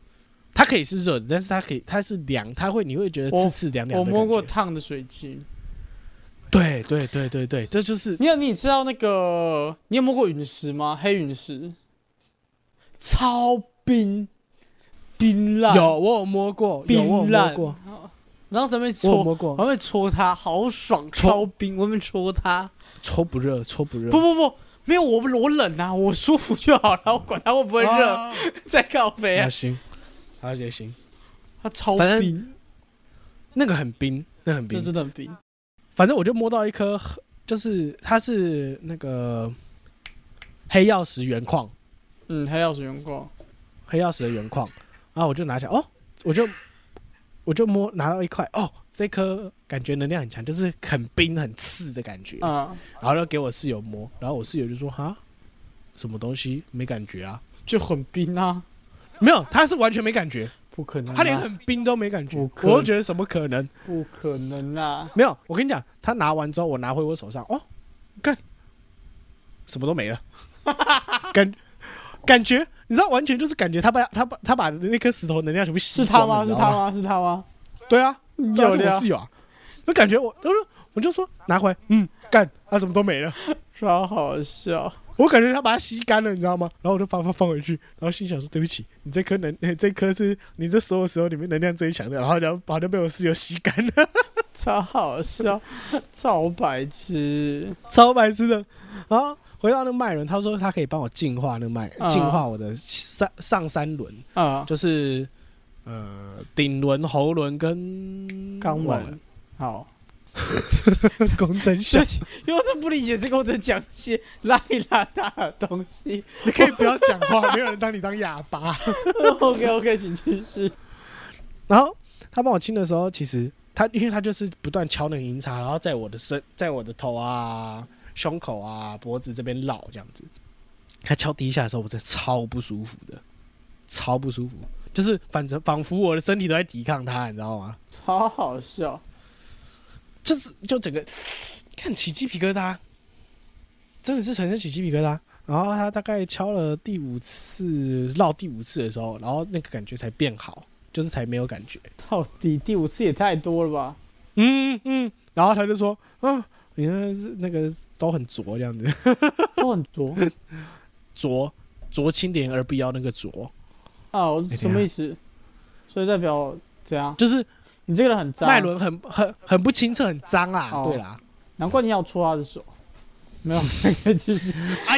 它可以是热的，但是它可以它是凉，它会你会觉得刺刺凉凉的感觉。 我摸过烫的水晶。 对对对对对，这就是你有你知道那个你有摸过陨石吗？黑陨石，超冰，冰烂。 有我有摸过，有我有摸过， 然后上面我有戳， 摸过， 上面戳它，好爽，超冰，我们戳它， 戳不热，戳不热。 不不不，没有我我冷啊，我舒服就好了，我管它会不会热， 啊、 在靠北啊。 行，好也行， 它超冰， 那个很冰，那很冰， 这真的很冰。 反正我就摸到一颗，就是它是那个黑曜石原矿， 嗯，黑曜石原矿， 黑曜石的原矿，然后我就拿起来，哦，我就我就摸拿到一块，哦，这颗感觉能量很强，就是很冰很刺的感觉， 嗯， 然后就给我室友摸，然后我室友就说哈，什么东西没感觉啊， 就很冰啊， 没有，他是完全没感觉。 不可能、啊， 他连很冰都没感觉，我就觉得怎么可能？ 不可能啦！ 没有，我跟你讲，他拿完之后，我拿回我手上，哦，干，什么都没了，感感觉，你知道，完全就是感觉他把他把他把那颗石头能量全部吸光了。 是他吗？是他吗？是他吗？ 对啊， 有的我室友啊，就感觉我，他说，我就说拿回来，嗯，干，他、啊、怎么都没了， 超好笑。 我感觉他把它吸干了，你知道吗？然后我就把它放回去，然后心想说：“对不起，你这颗能，这颗是你这所有时候里面能量最强的。”然后然后把它被我室友吸干了， 超好笑，超白痴， 超白痴的。然后回到那个脉轮，他说他可以帮我净化那个脉，净、嗯、化我的上上三轮啊、嗯，就是呃顶轮、喉轮跟肛门。好。 公生小， 因为我真不理解这个，我在讲一些邋里邋遢的东西。 你可以不要讲话，没有人当你当哑巴。 OK OK， 请继续。 然后他帮我清的时候，其实他因为他就是不断敲那个银叉，然后在我的身、在我的头啊、胸口啊、脖子这边绕这样子。他敲第一下的时候，我真的超不舒服的，超不舒服，就是反正仿佛我的身体都在抵抗他，你知道吗？ 超好笑。 就是就整个看起鸡皮疙瘩，真的是全身起鸡皮疙瘩。然后他大概敲了第五次，绕第五次的时候，然后那个感觉才变好，就是才没有感觉。 到底第五次也太多了吧？ 嗯嗯。然后他就说：“啊，你那那个都很浊这样子， 都很浊， 浊浊清廉而不要那个浊。” 哦，什么意思？所以代表怎样？ 就是。 你这个人很脏， 脉轮很很很不清澈，很脏啦、哦。对啦， 难怪你要戳他的手。没有，可以继续。 I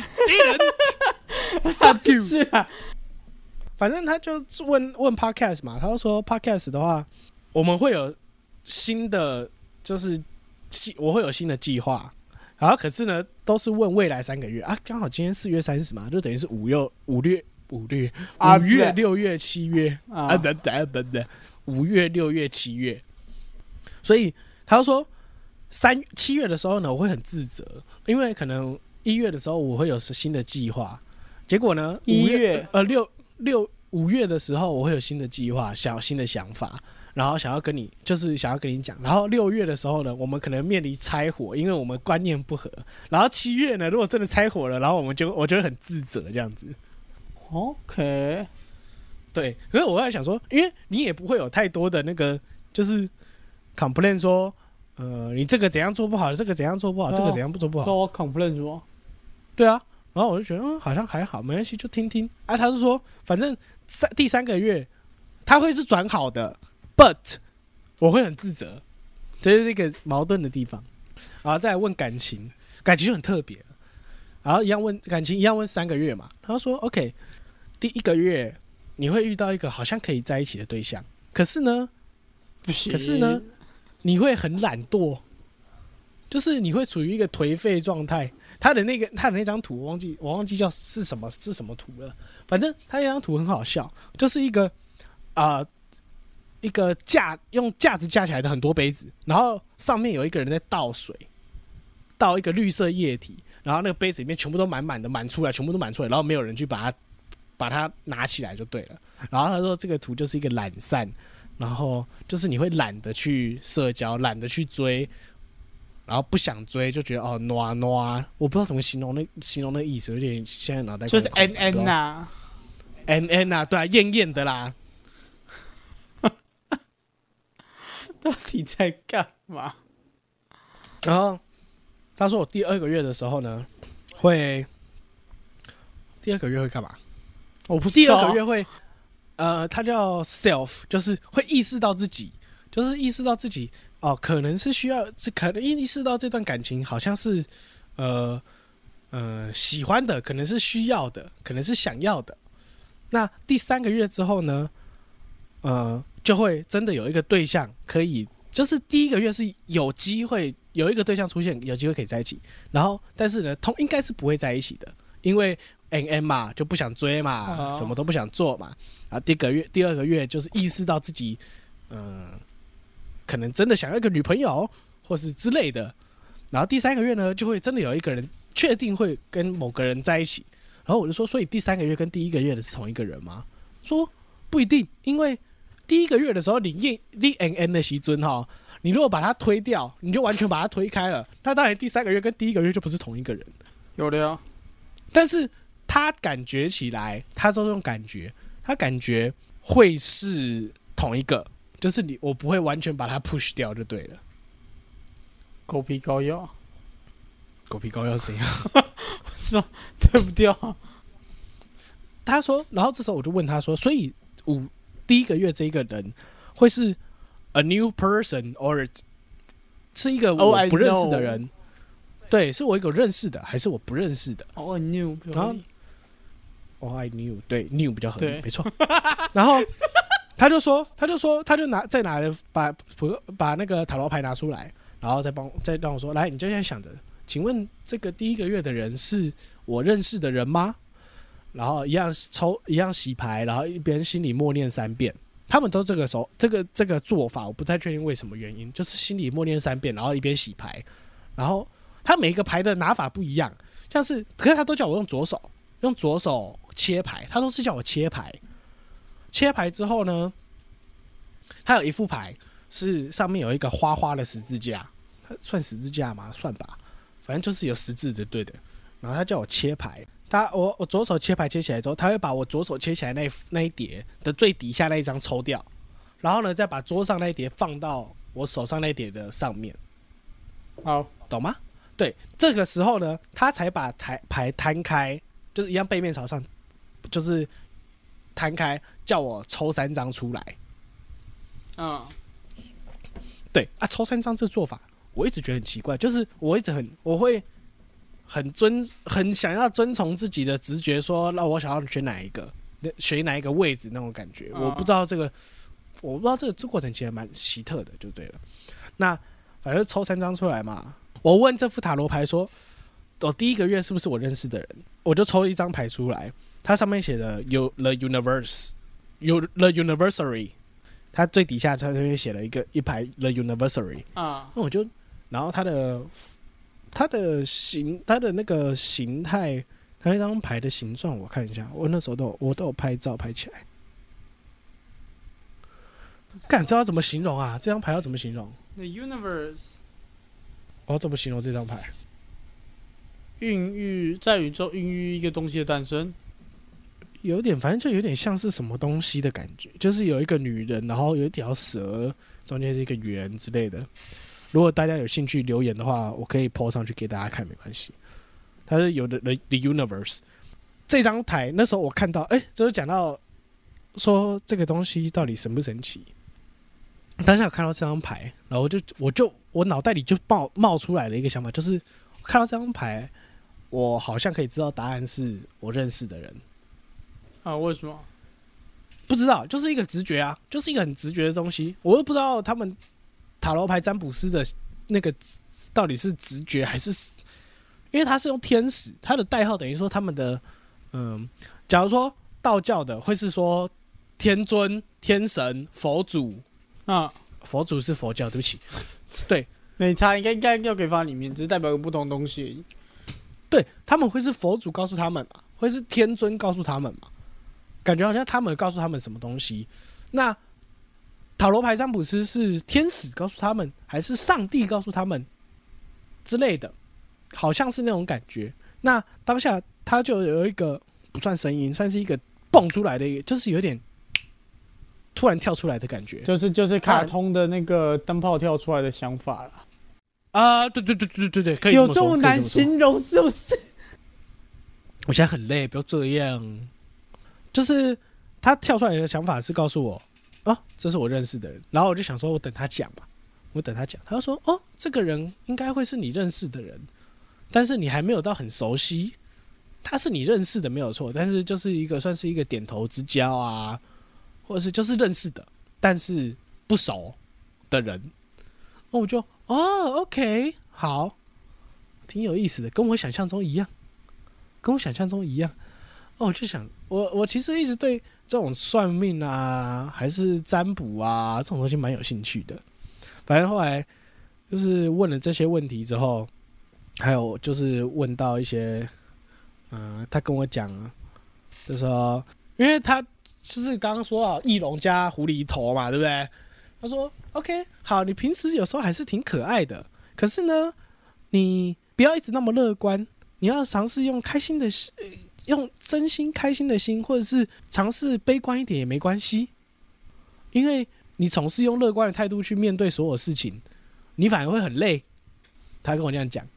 didn't. Fuck you. 啊、反正他就问问 podcast 嘛，他就说 podcast 的话，我们会有新的，就是我会有新的计划。然后可是呢，都是问未来三个月啊，刚好今天四月三十嘛，就等于是五月五月五月五月六月七月啊，等等等等。五月、六月、七月，所以他就说三七月的时候呢，我会很自责，因为可能一月的时候我会有新的计划，结果呢， 一月呃六六五月的时候我会有新的计划，想有新的想法，然后想要跟你就是想要跟你讲，然后六月的时候呢，我们可能面临拆伙，因为我们观念不合，然后七月呢，如果真的拆伙了，然后我们就我就会很自责这样子。 OK。 对，可是我在想说，因为你也不会有太多的那个，就是 complain 说，呃，你这个怎样做不好，这个怎样做不好，啊、这个怎样不做不好。 说我 complain 什么？ 对啊，然后我就觉得，嗯，好像还好，没关系，就听听。啊，他是说，反正三第三个月他会是转好的 ，but 我会很自责，这是一个矛盾的地方。然后再来问感情，感情就很特别，然后一样问感情，一样问三个月嘛。他说 ，OK， 第一个月。你会遇到一个好像可以在一起的对象，可是呢， 不行。 可是呢，你会很懒惰，就是你会处于一个颓废状态。他的那个他的那张图，我忘记我忘记叫是什么是什么图了。反正他那张图很好笑，就是一个啊、呃、一个架用架子架起来的很多杯子，然后上面有一个人在倒水，倒一个绿色液体，然后那个杯子里面全部都满满的满出来，全部都满出来，然后没有人去把它。把它拿起来就对了。然后他说这个图就是一个懒散，然后就是你会懒得去社交，懒得去追，然后不想追就觉得哦挪挪，我不知道怎么形容那形容那个意思，有点现在脑袋就是 N N 呐 ，N N 呐，对啊，艳艳的啦， 到底在干嘛？ 然后他说我第二个月的时候呢，会第二个月会干嘛？ 我不知第道。 二个月会，呃，它叫 self， 就是会意识到自己，就是意识到自己哦，可能是需要，是可能意识到这段感情好像是呃呃喜欢的，可能是需要的，可能是想要的。那第三个月之后呢，呃，就会真的有一个对象可以，就是第一个月是有机会有一个对象出现，有机会可以在一起，然后但是呢，通应该是不会在一起的，因为 N M 嘛，就不想追嘛， Oh. 什么都不想做嘛。然后第一个月、第二个月就是意识到自己，嗯、呃，可能真的想要一个女朋友，或是之类的。然后第三个月呢，就会真的有一个人确定会跟某个人在一起。然后我就说，所以第三个月跟第一个月的是同一个人吗？说不一定，因为第一个月的时候你验你 N N 的时阵哈，你如果把它推掉，你就完全把它推开了。那当然第三个月跟第一个月就不是同一个人。 有的呀， 但是他感觉起来，他都用感觉，他感觉会是同一个，就是你我不会完全把它 push 掉就对了。 狗皮膏药， 狗皮膏药是怎样？ 是吗？对不掉。 他说，然后这时候我就问他说，所以五第一个月这一个人会是 a new person or 是一个我不认识的人？ Oh, 对，是我一个认识的，还是我不认识的 ？Oh, I knew。 然后 ，Oh, I knew， 对 ，new 比较合理，没错。然后他就说，他就说，他就拿再拿了把把那个塔罗牌拿出来，然后再帮再让我说，来，你就现在想着，请问这个第一个月的人是我认识的人吗？然后一样抽一样洗牌，然后一边心里默念三遍。他们都这个时候这个这个做法，我不太确定为什么原因，就是心里默念三遍，然后一边洗牌，然后他每一个牌的拿法不一样，像是可是他都叫我用左手用左手切牌，他都是叫我切牌。切牌之后呢，他有一副牌是上面有一个花花的十字架，它算十字架吗？算吧，反正就是有十字的，对的。然后他叫我切牌。他我我左手切牌切起来之后，他会把我左手切起来那一那一叠的最底下那一张抽掉，然后呢再把桌上那一叠放到我手上那一叠的上面。 好， 懂吗？对，这个时候呢，他才把台牌摊开，就是一样背面朝上，就是摊开，叫我抽三张出来。 嗯， 对啊，抽三张这做法，我一直觉得很奇怪，就是我一直很我会。很遵很想要遵从自己的直觉说，那我想要选哪一个，选哪一个位置那种感觉。我不知道这个，我不知道这个过程其实蛮奇特的，就对了。那反正抽三张出来嘛，我问这副塔罗牌说，我第一个月是不是我认识的人？我就抽一张牌出来，它上面写的有 The Universe， 有 The Universary， 它最底下它这边写了一个一排 The Universary 啊，那我就，然后它的。它的形，它的那个形态，它那张牌的形状，我看一下，我那时候都有我都有拍照拍起来。干，这要怎么形容啊？这张牌要怎么形容 ？The universe， 我要怎么形容这张牌？ 孕育在宇宙孕育一个东西的诞生， 有点，反正就有点像是什么东西的感觉，就是有一个女人，然后有一条蛇，中间是一个圆之类的。如果大家有兴趣留言的话，我可以 po 上去给大家看，没关系。它是有的 the, the Universe 这张台，那时候我看到，哎、欸，就是讲到说这个东西到底神不神奇。当下我看到这张牌，然后我就我就我脑袋里就冒冒出来了一个想法，就是看到这张牌，我好像可以知道答案是我认识的人。 啊？为什么？ 不知道，就是一个直觉啊，就是一个很直觉的东西，我都不知道他们。塔罗牌占卜师的那个到底是直觉还是？因为他是用天使，他的代号等于说他们的，嗯，假如说道教的会是说天尊、天神、佛祖啊，佛祖是佛教，对不起，对， 没差，应该应该要给放里面，只是代表个不同东西而已。 对，他们会是佛祖告诉他们嘛，会是天尊告诉他们嘛，感觉好像他们告诉他们什么东西，那。塔罗牌占卜师是天使告诉他们，还是上帝告诉他们之类的，好像是那种感觉。那当下他就有一个不算声音，算是一个蹦出来的一个，就是有点突然跳出来的感觉， 就是就是卡通的那个灯泡跳出来的想法啦。 啊，对对对对对对，可以有这么说这么难形容是不是？ 我现在很累，不要这样。就是他跳出来的想法是告诉我，哦，这是我认识的人。然后我就想说，我等他讲吧，我等他讲。他就说，哦，这个人应该会是你认识的人，但是你还没有到很熟悉。他是你认识的没有错，但是就是一个算是一个点头之交啊，或者是就是认识的，但是不熟的人。那我就哦 ，OK， 好，挺有意思的，跟我想象中一样，跟我想象中一样。哦，我就想，我我其实一直对这种算命啊，还是占卜啊这种东西蛮有兴趣的。反正后来就是问了这些问题之后，还有就是问到一些，嗯、呃，他跟我讲，就说，因为他就是刚刚说到翼龙加狐狸头嘛，对不对？他说 ：“OK， 好，你平时有时候还是挺可爱的，可是呢，你不要一直那么乐观，你要尝试用开心的。”用真心开心的心，或者是尝试悲观一点也没关系，因为你总是用乐观的态度去面对所有事情，你反而会很累。他跟我这样讲，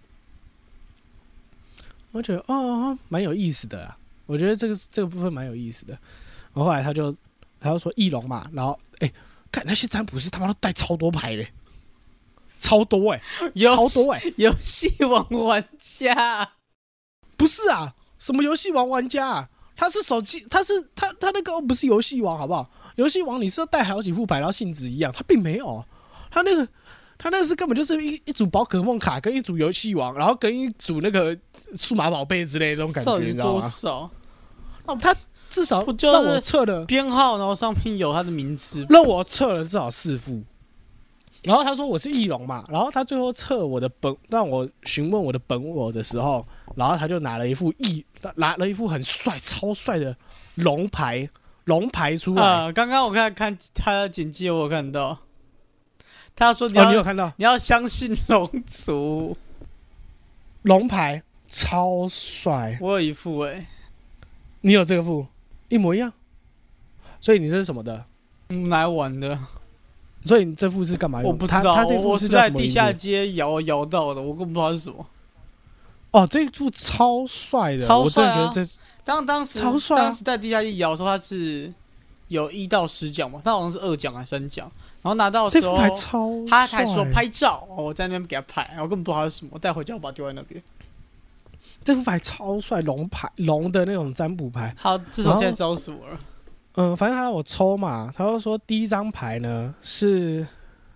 我觉得哦，蛮有意思的啦。我觉得这个这个部分蛮有意思的。然后后来他就他就说翼龙嘛，然后哎，看那些占卜师他妈都带超多牌的，超多哎、欸，超多哎、欸， 游戏王玩家不是啊。什么游戏王玩家啊？他是手机，他是他他那个不是游戏王，好不好？游戏王你是要带好几副牌，然后性质一样，他并没有。他那个他那个是根本就是一一组宝可梦卡，跟一组游戏王，然后跟一组那个数码宝贝之类的这种感觉，你知道吗？ 多少？ 他至少让我测了编号，然后上面有他的名字， 让我测了至少四副。然后他说我是翼龙嘛，然后他最后测我的本，让我询问我的本我的时候，然后他就拿了一副翼，拿了一副很帅、超帅的龙牌，龙牌出来。 啊，刚刚我看看他的简介，我有看到，他说你要、 哦、你有看到？ 你要相信龙族， 龙牌超帅。 我有一副哎、欸， 你有这个副，一模一样。所以你这是什么的？ 嗯，来玩的。 所以你这副是干嘛用？ 我不知道， 他这副我是在地下街摇摇到的，我根本不知道是什么。 哦，这副超帅的， 超帅啊！ 我真的觉得这当当时超帅、啊， 当时在地下街摇的时候，它是有一到十奖嘛，它好像是二奖还是三奖，然后拿到的时候， 这副牌超帅， 他还说拍照，哦，我在那边给他拍，然后根本不知道它是什么，带回家我把它丢在那边。 这副牌超帅，龙牌龙的那种占卜牌。 好，至少现在知道什么了。 嗯，反正他让我抽嘛，他就说第一张牌呢是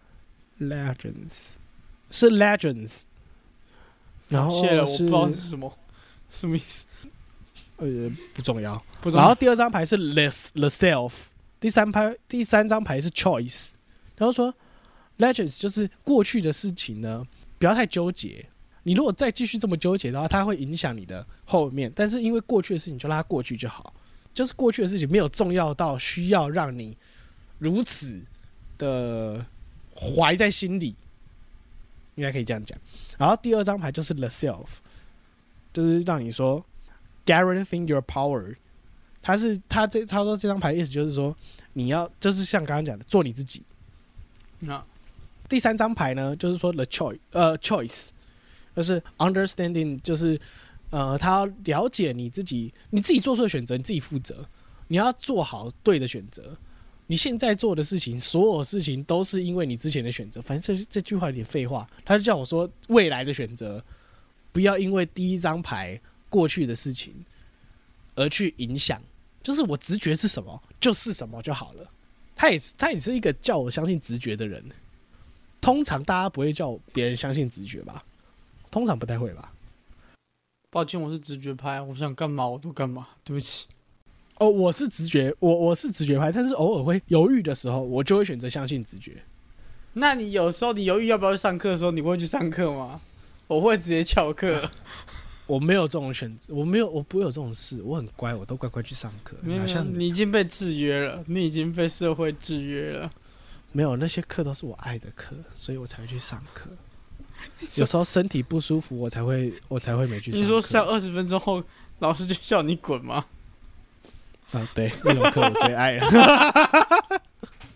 Legends， 是 Legends， 然后谢了，我不知道是什么，什么意思？ 呃，不重要， 不重要。 然后第二张牌是 The The Self， 第三牌第三张牌是 Choice， 然后说 Legends 就是过去的事情呢，不要太纠结。你如果再继续这么纠结的话，它会影响你的后面。但是因为过去的事情就让它过去就好。就是过去的事情没有重要到需要让你如此的怀在心里，应该可以这样讲。然后第二张牌就是 The Self， 就是让你说 guaranteeing your power。他是他这他说这张牌的意思就是说你要就是像刚刚讲的做你自己。 啊， 第三张牌呢就是说 The choice， 呃 choice， 就是 understanding， 就是。呃，他要了解你自己，你自己做出的选择，你自己负责。你要做好对的选择。你现在做的事情，所有事情都是因为你之前的选择。反正这这句话有点废话，他就叫我说未来的选择，不要因为第一张牌过去的事情而去影响。就是我直觉是什么，就是什么就好了。他也是他也是一个叫我相信直觉的人。通常大家不会叫别人相信直觉吧？通常不太会吧？ 抱歉，我是直觉派，我想干嘛我都干嘛，对不起。 哦，我是直觉，我我是直觉派，但是偶尔会犹豫的时候，我就会选择相信直觉。 那你有时候你犹豫要不要去上课的时候，你会去上课吗？我会直接翘课。 我没有这种选择，我没有，我不会有这种事，我很乖，我都乖乖去上课。 没有，像你已经被制约了，你已经被社会制约了。 没有，那些课都是我爱的课，所以我才会去上课。有时候身体不舒服，我才会我才会没去上课。 你说上二十分钟后，老师就叫你滚吗？ 啊，对，那种课我最爱了。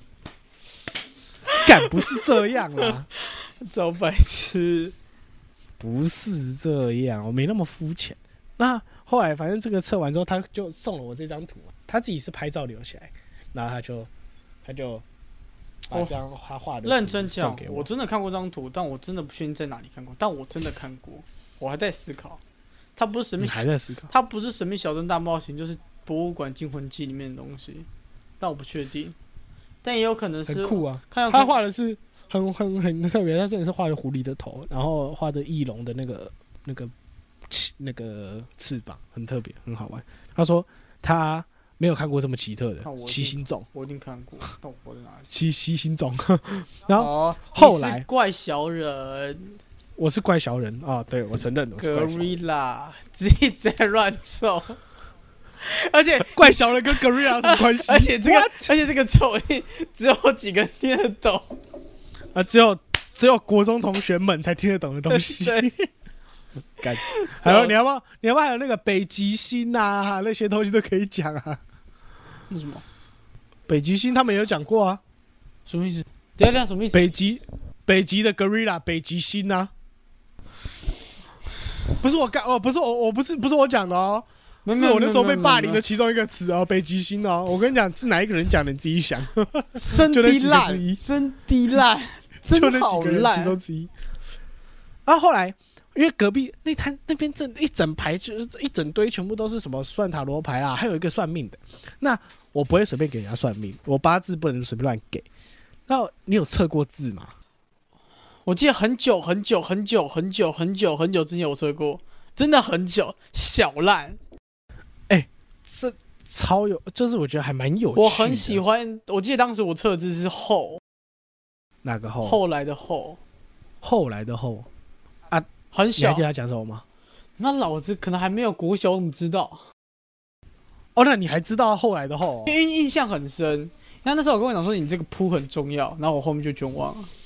干不是这样啦， 找白痴。 不是这样，我没那么肤浅。那后来反正这个测完之后，他就送了我这张图，他自己是拍照留下来，然后他就他就把这张他画的认真讲， 送给我。 我真的看过这张图，但我真的不确定在哪里看过，但我真的看过，我还在思考。它不是神秘， 你还在思考？ 它不是神秘小镇大冒险，就是博物馆惊魂记里面的东西，但我不确定，但也有可能是很酷啊。 看他画的是很很很特别，他真的是画的狐狸的头，然后画的翼龙的那个那个那个翅膀，很特别，很好玩。他说他没有看过这么奇特的七星种， 我一定看过，但我不知道在哪里。 七七星种，然后、 哦、 后来怪小人。 我是怪小人啊、哦，对我承认我是怪小人。 Gorilla 自己在乱凑，而且怪小人跟 Gorilla 有什么关系？ 而且这个 What？ 而且这个凑只有几个人听得懂啊，只有只有国中同学们才听得懂的东西。干，还有你要不要你要不要还有那个北极星啊那些东西都可以讲啊？ 那什么？ 北极星他们也有讲过啊？ 什么意思？等一下什么意思？ 北极北极的 Gorilla 北极星啊？不是我干哦，不是我，我不是不是我讲的哦，是我那时候被霸凌的其中一个词哦，北极星哦。我跟你讲，是哪一个人讲的，你自己想。 真的烂，真的烂， 就那几个人其中之一。然后后来，因为隔壁那摊那边这一整排就是一整堆，全部都是什么算塔罗牌啊，还有一个算命的。那我不会随便给人家算命，我八字不能随便乱给。那你有测过字吗？ 我记得很久很久很久很久很久很久之前有测过，真的很久，小烂。 哎、欸，这超有，就是我觉得还蛮有趣的。 我很喜欢，我记得当时我测的字是后， 哪个后？ 后来的后， 后来的后啊， 很小。 你还记得他讲什么吗？ 那老子可能还没有国小，我怎么知道？ 哦，那你还知道后来的后、哦？ 因为印象很深。那那时候我跟我讲说你这个铺很重要，然后我后面就全忘了。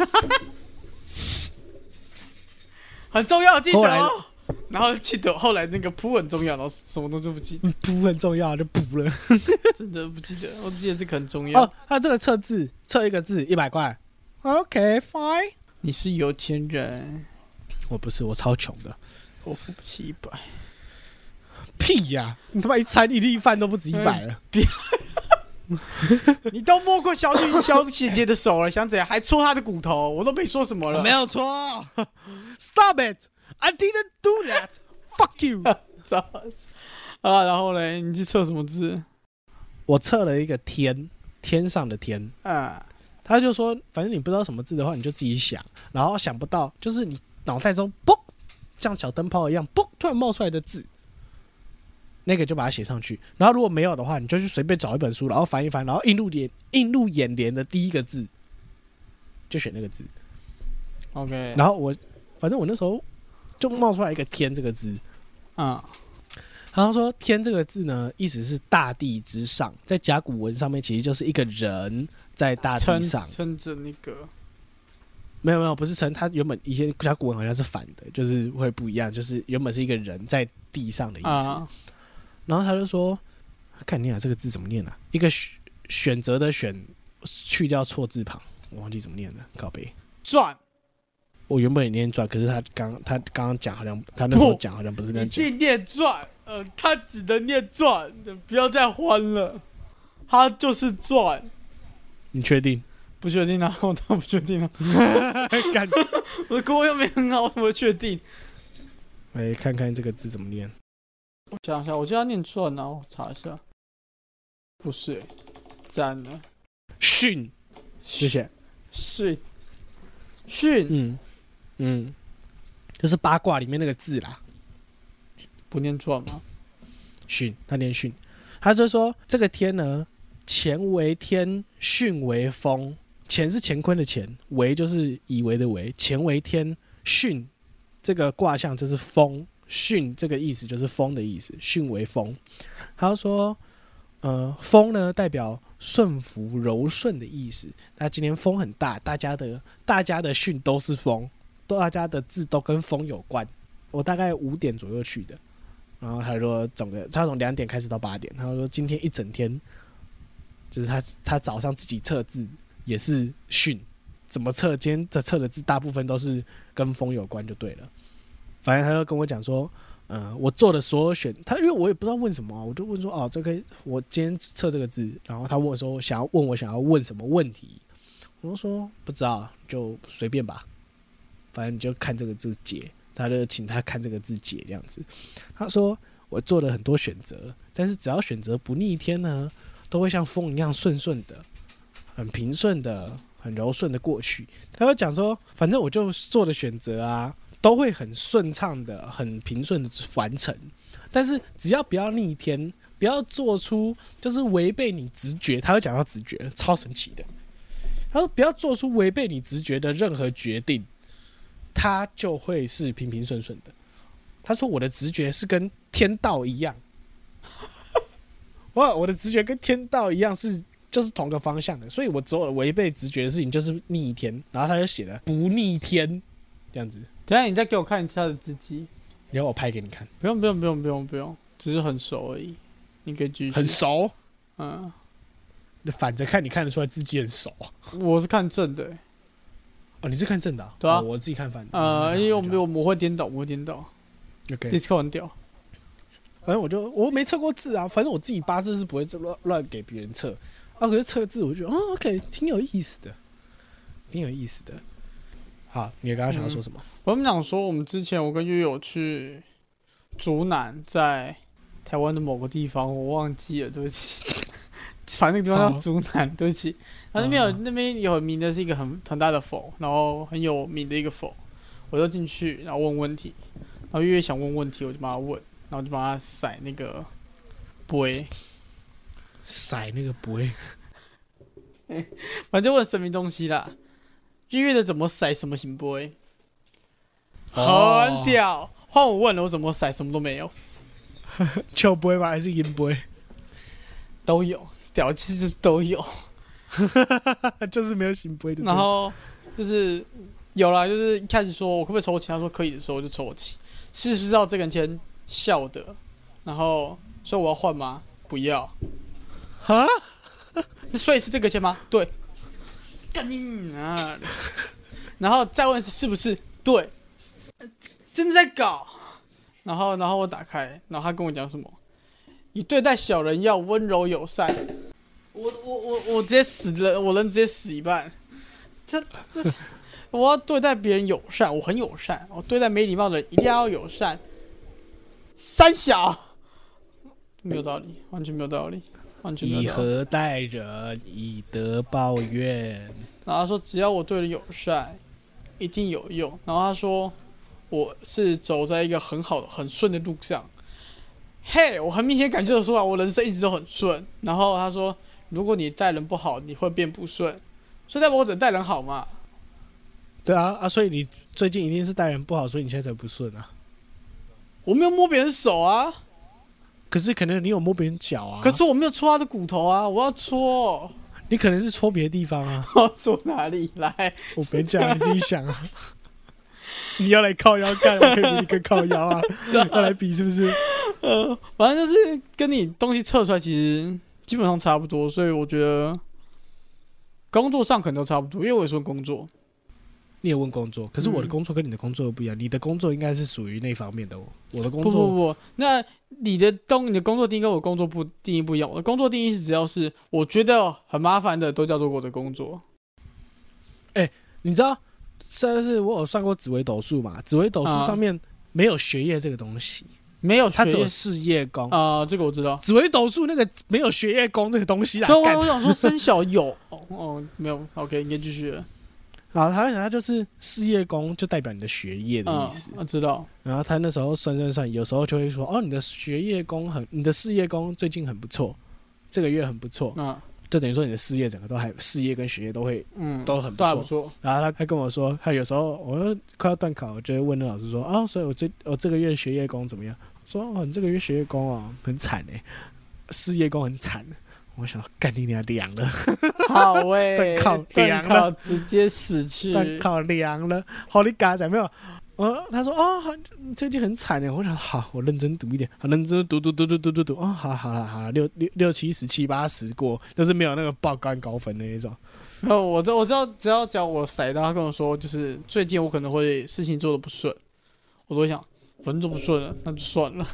很重要，记得哦。然后记得后来那个铺很重要，然后什么东西都不记得。 铺很重要就补了， 真的不记得。我记得这个很重要。 哦，他这个测字测一个字一百块。OK fine。 你是有钱人， 我不是，我超穷的， 我付不起一百。 屁呀、啊！你他妈一餐一粒饭都不止一百了。 别、嗯，你都摸过小女小姐姐的手了，想怎样？还戳她的骨头，我都没说什么了。 没有错。Stop it! I didn't do that. Fuck you. 啊，然后嘞，你去测什么字？ 我测了一个天，天上的天。 啊， 他就说，反正你不知道什么字的话，你就自己想，然后想不到，就是你脑袋中嘣，像小灯泡一样嘣，突然冒出来的字，那个就把它写上去。然后如果没有的话，你就去随便找一本书，然后翻一翻，然后映入眼映入眼帘的第一个字，就选那个字。 OK。 然后我，反正我那时候就冒出来一个“天”这个字， 啊、嗯。 然后说“天”这个字呢，意思是大地之上，在甲骨文上面其实就是一个人在大地上撑着那个。 没有没有，不是撑，它原本以前甲骨文好像是反的，就是会不一样，就是原本是一个人在地上的意思。啊、然后他就说：“看你俩这个字怎么念啊？一个选择的选去掉错字旁，我忘记怎么念了，靠北转。” 我原本也念转，可是他刚他刚刚讲好像他那时候讲好像不是那样讲。 你念转，呃，他只能念转，不要再欢了，他就是转。 你确定？ 不确定啊，我当然不确定啊。我的国文又没很好，我怎么确定？ 来看看这个字怎么念。 我想一下，我记得他念转啊，我查一下。不是、欸，占了。 训，谢谢。 训，训， 嗯嗯，就是八卦里面那个字啦。 不念转吗？ 训，他念训。他就说这个天呢，乾为天，巽为风。乾是乾坤的乾，为就是以为的为，乾为天，巽这个卦象就是风，巽这个意思就是风的意思，巽为风。他说，呃，风呢代表顺服、柔顺的意思。那今天风很大，大家的大家的巽都是风，大家的字都跟风有关。我大概五点左右去的，然后他说整个他从两点开始到八点，他说今天一整天，就是他他早上自己测字。也是巽， 怎么测，今天这测的字大部分都是跟风有关就对了。反正他就跟我讲说，呃，我做的所有选，他因为我也不知道问什么、啊，我就问说，哦，这个我今天测这个字，然后他问我说，想要问我想要问什么问题，我就说不知道，就随便吧，反正你就看这个字解，他就请他看这个字解这样子。他说我做了很多选择，但是只要选择不逆天呢，都会像风一样顺顺的，很平顺的，很柔顺的过去。他就讲说，反正我就做的选择啊。都会很顺畅的、很平顺的完成，但是只要不要逆天，不要做出就是违背你直觉，他会讲到直觉，超神奇的。他说不要做出违背你直觉的任何决定，他就会是平平顺顺的。他说我的直觉是跟天道一样，哇，我的直觉跟天道一样是就是同个方向的，所以我所有的违背直觉的事情就是逆天。然后他就写了不逆天这样子。 等一下你再给我看一下他的字迹， 你要我拍给你看？ 不用不用不用不用不用，只是很熟而已。你可以继续。 很熟？ 嗯， 反着看，你看得出来字迹很熟啊？ 我是看正的、欸。 哦，你是看正的、啊？ 对啊， 哦、我自己看反的。 呃，因为我们我我会颠倒，我会颠倒。OK。Discord 很屌。 反正我就我没测过字啊，反正我自己八字是不会乱乱给别人测啊。可是测字，我就觉得哦 ，OK， 挺有意思的，挺有意思的。好，你刚刚想要说什么？嗯、 我们想说，我们之前我跟悠悠去竹南，在台湾的某个地方，我忘记了，对不起。反正那个地方叫竹南，对不起。然后那边有、嗯、那边有名的是一个很很大的佛，然后很有名的一个佛，我就进去，然后问问题，然后悠悠想问问题，我就帮他问，然后就帮他甩那个杯， 甩那个杯， 反正问神明东西啦。音乐的怎么甩什么行杯， 哦、 很屌。换我问了，我怎么甩什么都没有。 球杯吗？还是银杯？ 都有，屌其实都有， 就是没有行杯的。 然后就是有啦，就是一开始说我可不可以抽签，他说可以的时候我就抽签，是不是要这个签笑的？然后说我要换吗？不要。 哈？ 所以是这个签吗？对。干你啊！然后再问是不是对，真的在搞。然后，然后我打开，然后他跟我讲什么？你对待小人要温柔友善。我我我我直接死了，我人直接死一半。这这，我要对待别人友善，我很友善。我对待没礼貌的人一定要友善。三小，没有道理，完全没有道理。 以和待人，以德报怨。 然后他说，只要我对人友善，一定有用。然后他说，我是走在一个很好的、很顺的路上。嘿，我很明显感觉得出来，我人生一直都很顺。然后他说，如果你待人不好，你会变不顺。所以代表我只能待人好嘛？ 对啊啊！所以你最近一定是待人不好，所以你现在才不顺啊。 我没有摸别人手啊。 可是可能你有摸别人脚啊， 可是我没有戳他的骨头啊，我要戳。 你可能是戳别的地方啊。 我戳哪里？来， 我没讲，你自己想啊。你要来靠腰干，我可以比你更靠腰啊。要来比是不是？ 呃，反正就是跟你东西测出来，其实基本上差不多，所以我觉得工作上可能都差不多，因为我也说工作。 你也问工作，可是我的工作跟你的工作又不一样。嗯、你的工作应该是属于那方面的，我的工作不不不，那你的工你的工作定义跟我的工作不定义不一样。我的工作定义是只要是我觉得很麻烦的，都叫做我的工作。 哎、欸，你知道，这是我有算过紫微斗数嘛？紫微斗数上面没有学业这个东西， 啊、没有， 它只有事业宫啊、呃。这个我知道。 紫微斗数那个没有学业宫这个东西啊。 对，我我想说生小有哦哦没有 ，OK， 应该继续了。 然后他他就是事业宫，就代表你的学业的意思。 嗯，我知道。 然后他那时候算算算，有时候就会说，哦，你的学业宫很，你的事业宫最近很不错，这个月很不错。嗯，就等于说你的事业整个都还，事业跟学业都会，嗯，都很不错。都还不错。然后他他跟我说，他有时候我快要段考，我就会问那老师说，哦，所以我这我这个月学业宫怎么样？说哦，你这个月学业宫哦很惨哎，事业宫很惨。我想干你娘凉了， 好哎、 欸，断考凉了， 直接死去， 断考凉了，好你嘎仔没有？呃，他说哦，最近很惨哎，我想好，我认真读一点，好认真读读读读读读读，哦，好了好了好了，六六六七十七八十过，就是没有那个爆肝高分那一种。 然后我知我知道，只要讲我塞到他跟我说，就是最近我可能会事情做的不顺，我都会想，反正做不顺了，那就算了。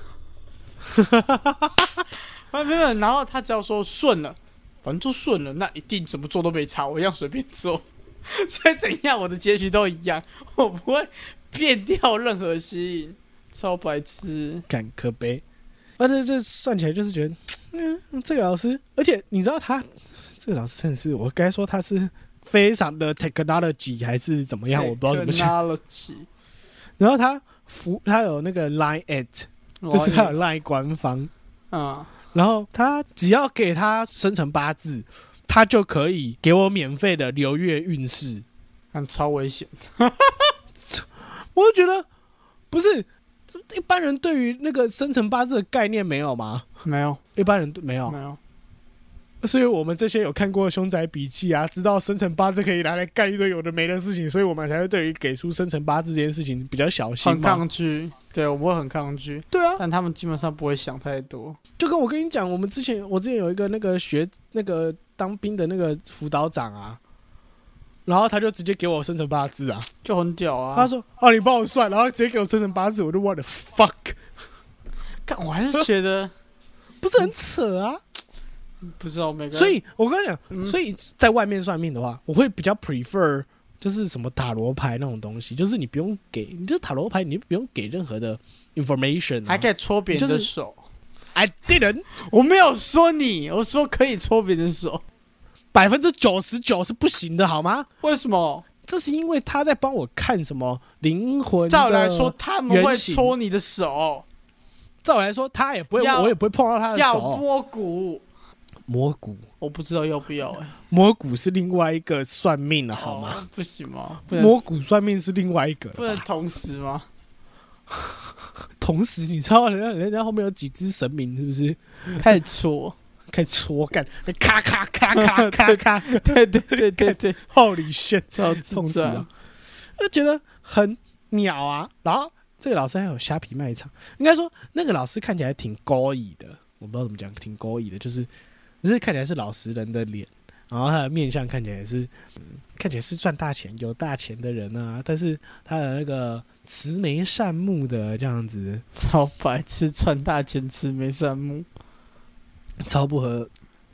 没有没有，然后他只要说顺了，反正做顺了，那一定怎么做都没差，我一样随便做。所以怎样，我的结局都一样，我不会变掉任何吸引，超白痴， 干可悲。而且这算起来就是觉得，嗯，这个老师，而且你知道他这个老师真的是，我该说他是非常的 technology 还是怎么样，我不知道怎么讲。然后他服他有那个 Line at， 就是他有 Line 官方， 嗯， 然后他只要给他生辰八字，他就可以给我免费的流月运势， 很超危险。 我就觉得不是。一般人对于那个生辰八字的概念没有吗？ 没有， 一般人没有， 没有。 所以我们这些有看过《凶宅笔记》啊，知道生辰八字可以拿来干一堆有的没的事情，所以我们才会对于给出生辰八字这件事情比较小心嘛， 很抗拒。对，我们会很抗拒。 对啊， 但他们基本上不会想太多。 就跟我跟你讲，我们之前我之前有一个那个学那个当兵的那个辅导长啊。然后他就直接给我生辰八字啊， 就很屌啊。 他说：“哦，你帮我算，然后直接给我生辰八字，我就 what the fuck。” 但我还是觉得不是很扯啊。 不知道每个。 所以我跟你讲， 嗯、 所以在外面算命的话，我会比较 prefer 就是什么塔罗牌那种东西，就是你不用给，你就是塔罗牌，你不用给任何的 information，、啊、 还可以戳别人的手。 I didn't， 我没有说你，我说可以戳别人的手。 百分之九十九是不行的，好吗？ 为什么？ 这是因为他在帮我看什么灵魂。 照理来说，他们会戳你的手。 照理来说，他也不会，我也不会碰到他的手。 要摸骨， 摸骨， 我不知道要不要哎、欸。 摸骨是另外一个算命了，好吗？ 哦、不行吗？ 摸骨算命是另外一个， 不能同时吗？ 同时，你知道人家人家后面有几只神明，是不是？ 太戳。 开始戳干，咔咔咔咔咔咔， 对对对对对， 好理炫， 超痛死了，就觉得很鸟啊。然后这个老师还有虾皮卖场，应该说那个老师看起来挺高义的，我不知道怎么讲，挺高义的，就是就是看起来是老实人的脸，然后他的面相看起来是、嗯、看起来是赚大钱、有大钱的人啊，但是他的那个慈眉善目的这样子， 超白痴，赚大钱慈眉善目。 超不合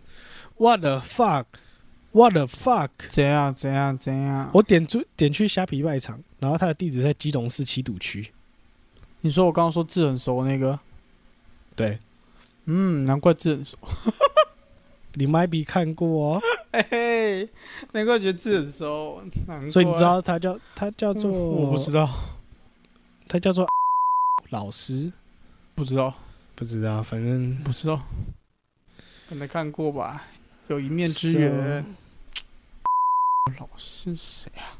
，What the fuck？What the fuck？ 怎样怎样怎样？ 我点出点去虾皮卖场，然后他的地址在基隆市七堵区。 你说我刚刚说字很熟那个？ 对， 嗯，难怪字很熟。 你 maybe 看过哦？ 嘿嘿，难怪觉得字很熟。 所以你知道他叫他叫做、嗯？ 我不知道， 他叫做老师， 不知道。 不知道，反正不知道，可能看过吧。有一面之缘。So, 老师谁啊？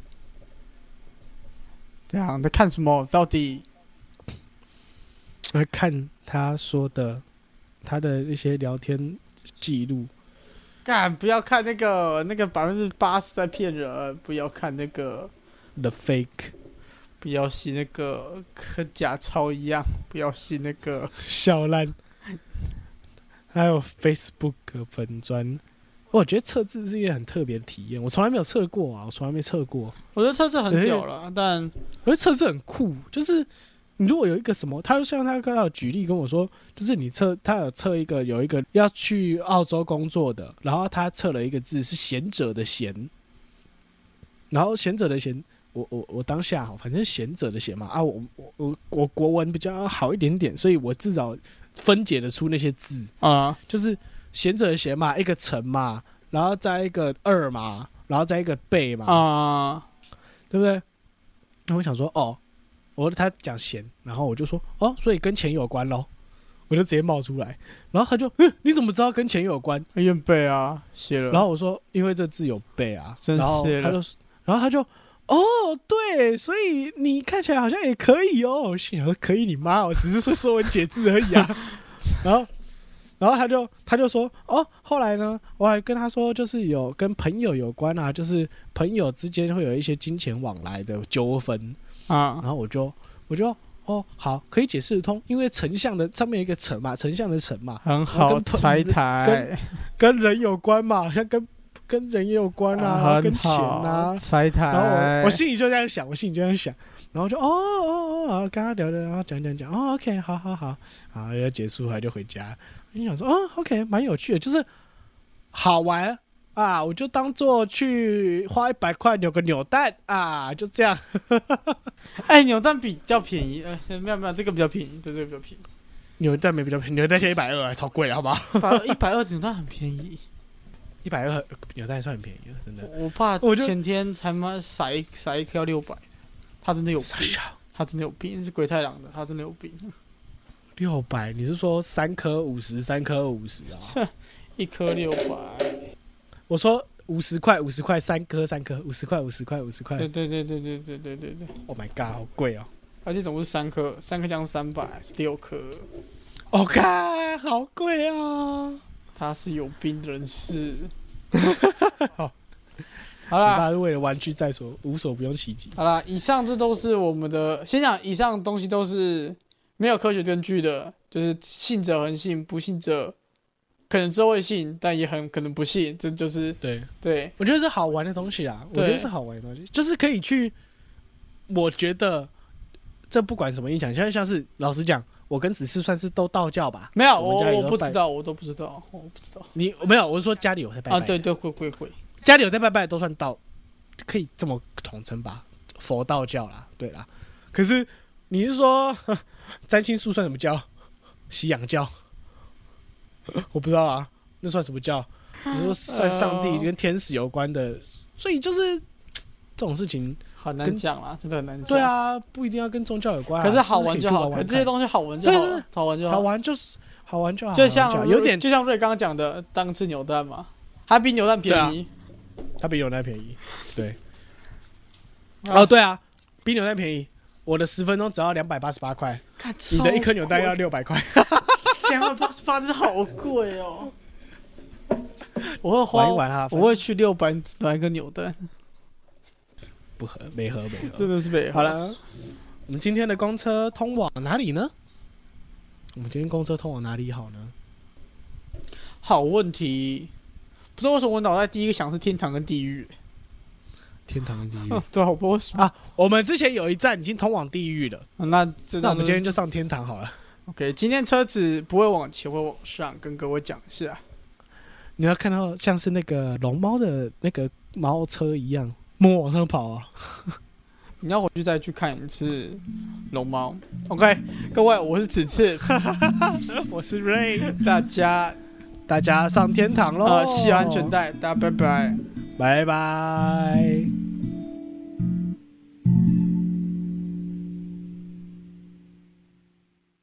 这样在看什么？到底？ 我在看他说的，他的一些聊天记录。 干，不要看那个，那个百分之八十在骗人，不要看那个 The Fake。 不要信那个跟假钞一样，不要信那个笑烂。还有 Facebook 粉专，我觉得测字是一个很特别的体验，我从来没有测过啊，我从来没测过。 我觉得测字很屌了，但我觉得测字很酷，就是你如果有一个什么，他就像他刚刚有举例跟我说，就是你测他有测一个有一个要去澳洲工作的，然后他测了一个字是贤者的贤，然后贤者的贤。我我我当下好，反正贤者的贤嘛啊，我我我我国文比较好一点点，所以我至少分解得出那些字啊、嗯，就是贤者的贤嘛，一个辰嘛，然后再一个二嘛，然后再一个贝嘛啊、嗯，对不对？那我想说哦，我他讲贤，然后我就说哦，所以跟钱有关咯，我就直接冒出来，然后他就嗯，你怎么知道跟钱有关？ 因为背啊写了， 然后我说因为这字有背啊， 真然后他就然后他就。哦，对，所以你看起来好像也可以哦。我心想可以你妈，我只是说说文解字而已啊。然后，然后他就他就说，哦，后来呢，我还跟他说，就是有跟朋友有关啊，就是朋友之间会有一些金钱往来的纠纷啊。然后我就我就哦，好，可以解释得通，因为丞相的上面有一个丞嘛，丞相的丞嘛， 很好，财台跟跟人有关嘛，好像跟。 跟人也有关啊， 啊然后跟钱很好啊， 拆台。 然后我我心里就这样想，我心里就这样想，然后就哦哦哦，跟他聊聊，然后讲讲讲，哦 OK， 好好好，然后要结束后来就回家，我就想说，哦 OK， 蛮有趣的，就是好玩啊，我就当做去花一百块扭个扭蛋啊，就这样。 哎，扭蛋比较便宜，呃，没有没有，这个比较便宜，对，这个比较便宜。 扭蛋没比较便宜，扭蛋现在一百二，超贵了，好不好？ 一百二，一百二扭蛋很便宜。 一百二扭蛋算很便宜了，真的。 我爸我就前天才妈撒一撒一颗要六百，他真的有病，他真的有病，是鬼太郎的，他真的有病。 六百，你是说三颗五十，三颗五十啊？ 一颗六百。 我说五十块，五十块三颗，三颗五十块，五十块，五十块。 对对对对对对对对对。 Oh my god， 好贵哦！ 而且总共是三颗，三颗将三百，是六颗。 OK， 好贵啊！ 他是有病人士。 好， 好啦， 他是为了玩具在所无所不用其极。 好啦，以上这都是我们的，先讲以上东西都是没有科学根据的，就是信者恒信，不信者可能之后会信，但也很可能不信，这就是对对。 我觉得是好玩的东西啦，我觉得是好玩的东西，就是可以去。我觉得这不管什么影响，像像是老实讲，我跟子嗣算是都道教吧？ 没有，我我们家里都我不知道，我都不知道，我不知道。 你没有，我是说家里有在拜拜啊，对对，会会会， 家里有在拜拜都算道，可以这么统称吧？佛道教啦，对啦。可是你是说占星术算什么教？西洋教？我不知道啊，那算什么教？你说算上帝跟天使有关的，所以就是这种事情很难讲啦，真的很难讲。 对啊，不一定要跟宗教有关、啊。 可是好玩就好， 玩玩可这些东西好玩就好了，好玩就好。 好玩就是好玩就好， 就像有点就像瑞刚刚讲的，当吃扭蛋嘛，它比扭蛋便宜， 它、啊、比扭蛋便宜。对，啊、哦对啊，比扭蛋便宜。我的十分钟只要两百八十八块，你的一颗扭蛋要六百块， 两百八十八真的好贵哦。我会花玩一玩啊， 我会去六百买一个扭蛋。 不合，没合，没合， 真的是没合。 好了，我们今天的公车通往哪里呢？我们今天公车通往哪里好呢？ 好问题，不知道为什么我脑袋第一个想是天堂跟地狱。 天堂跟地狱， 对啊，我不知道啊。我们之前有一站已经通往地狱了， 啊、那那我们今天就上天堂好了。 OK， 今天车子不会往前，会往上，跟各位讲一下。 你要看到像是那个龙猫的那个猫车一样，猛往上跑啊！ 你要回去再去看一次龙猫。OK， 各位，我是子次， 我是 Ray， 大家大家上天堂喽！ 呃，系安全带，大家拜拜， 拜拜。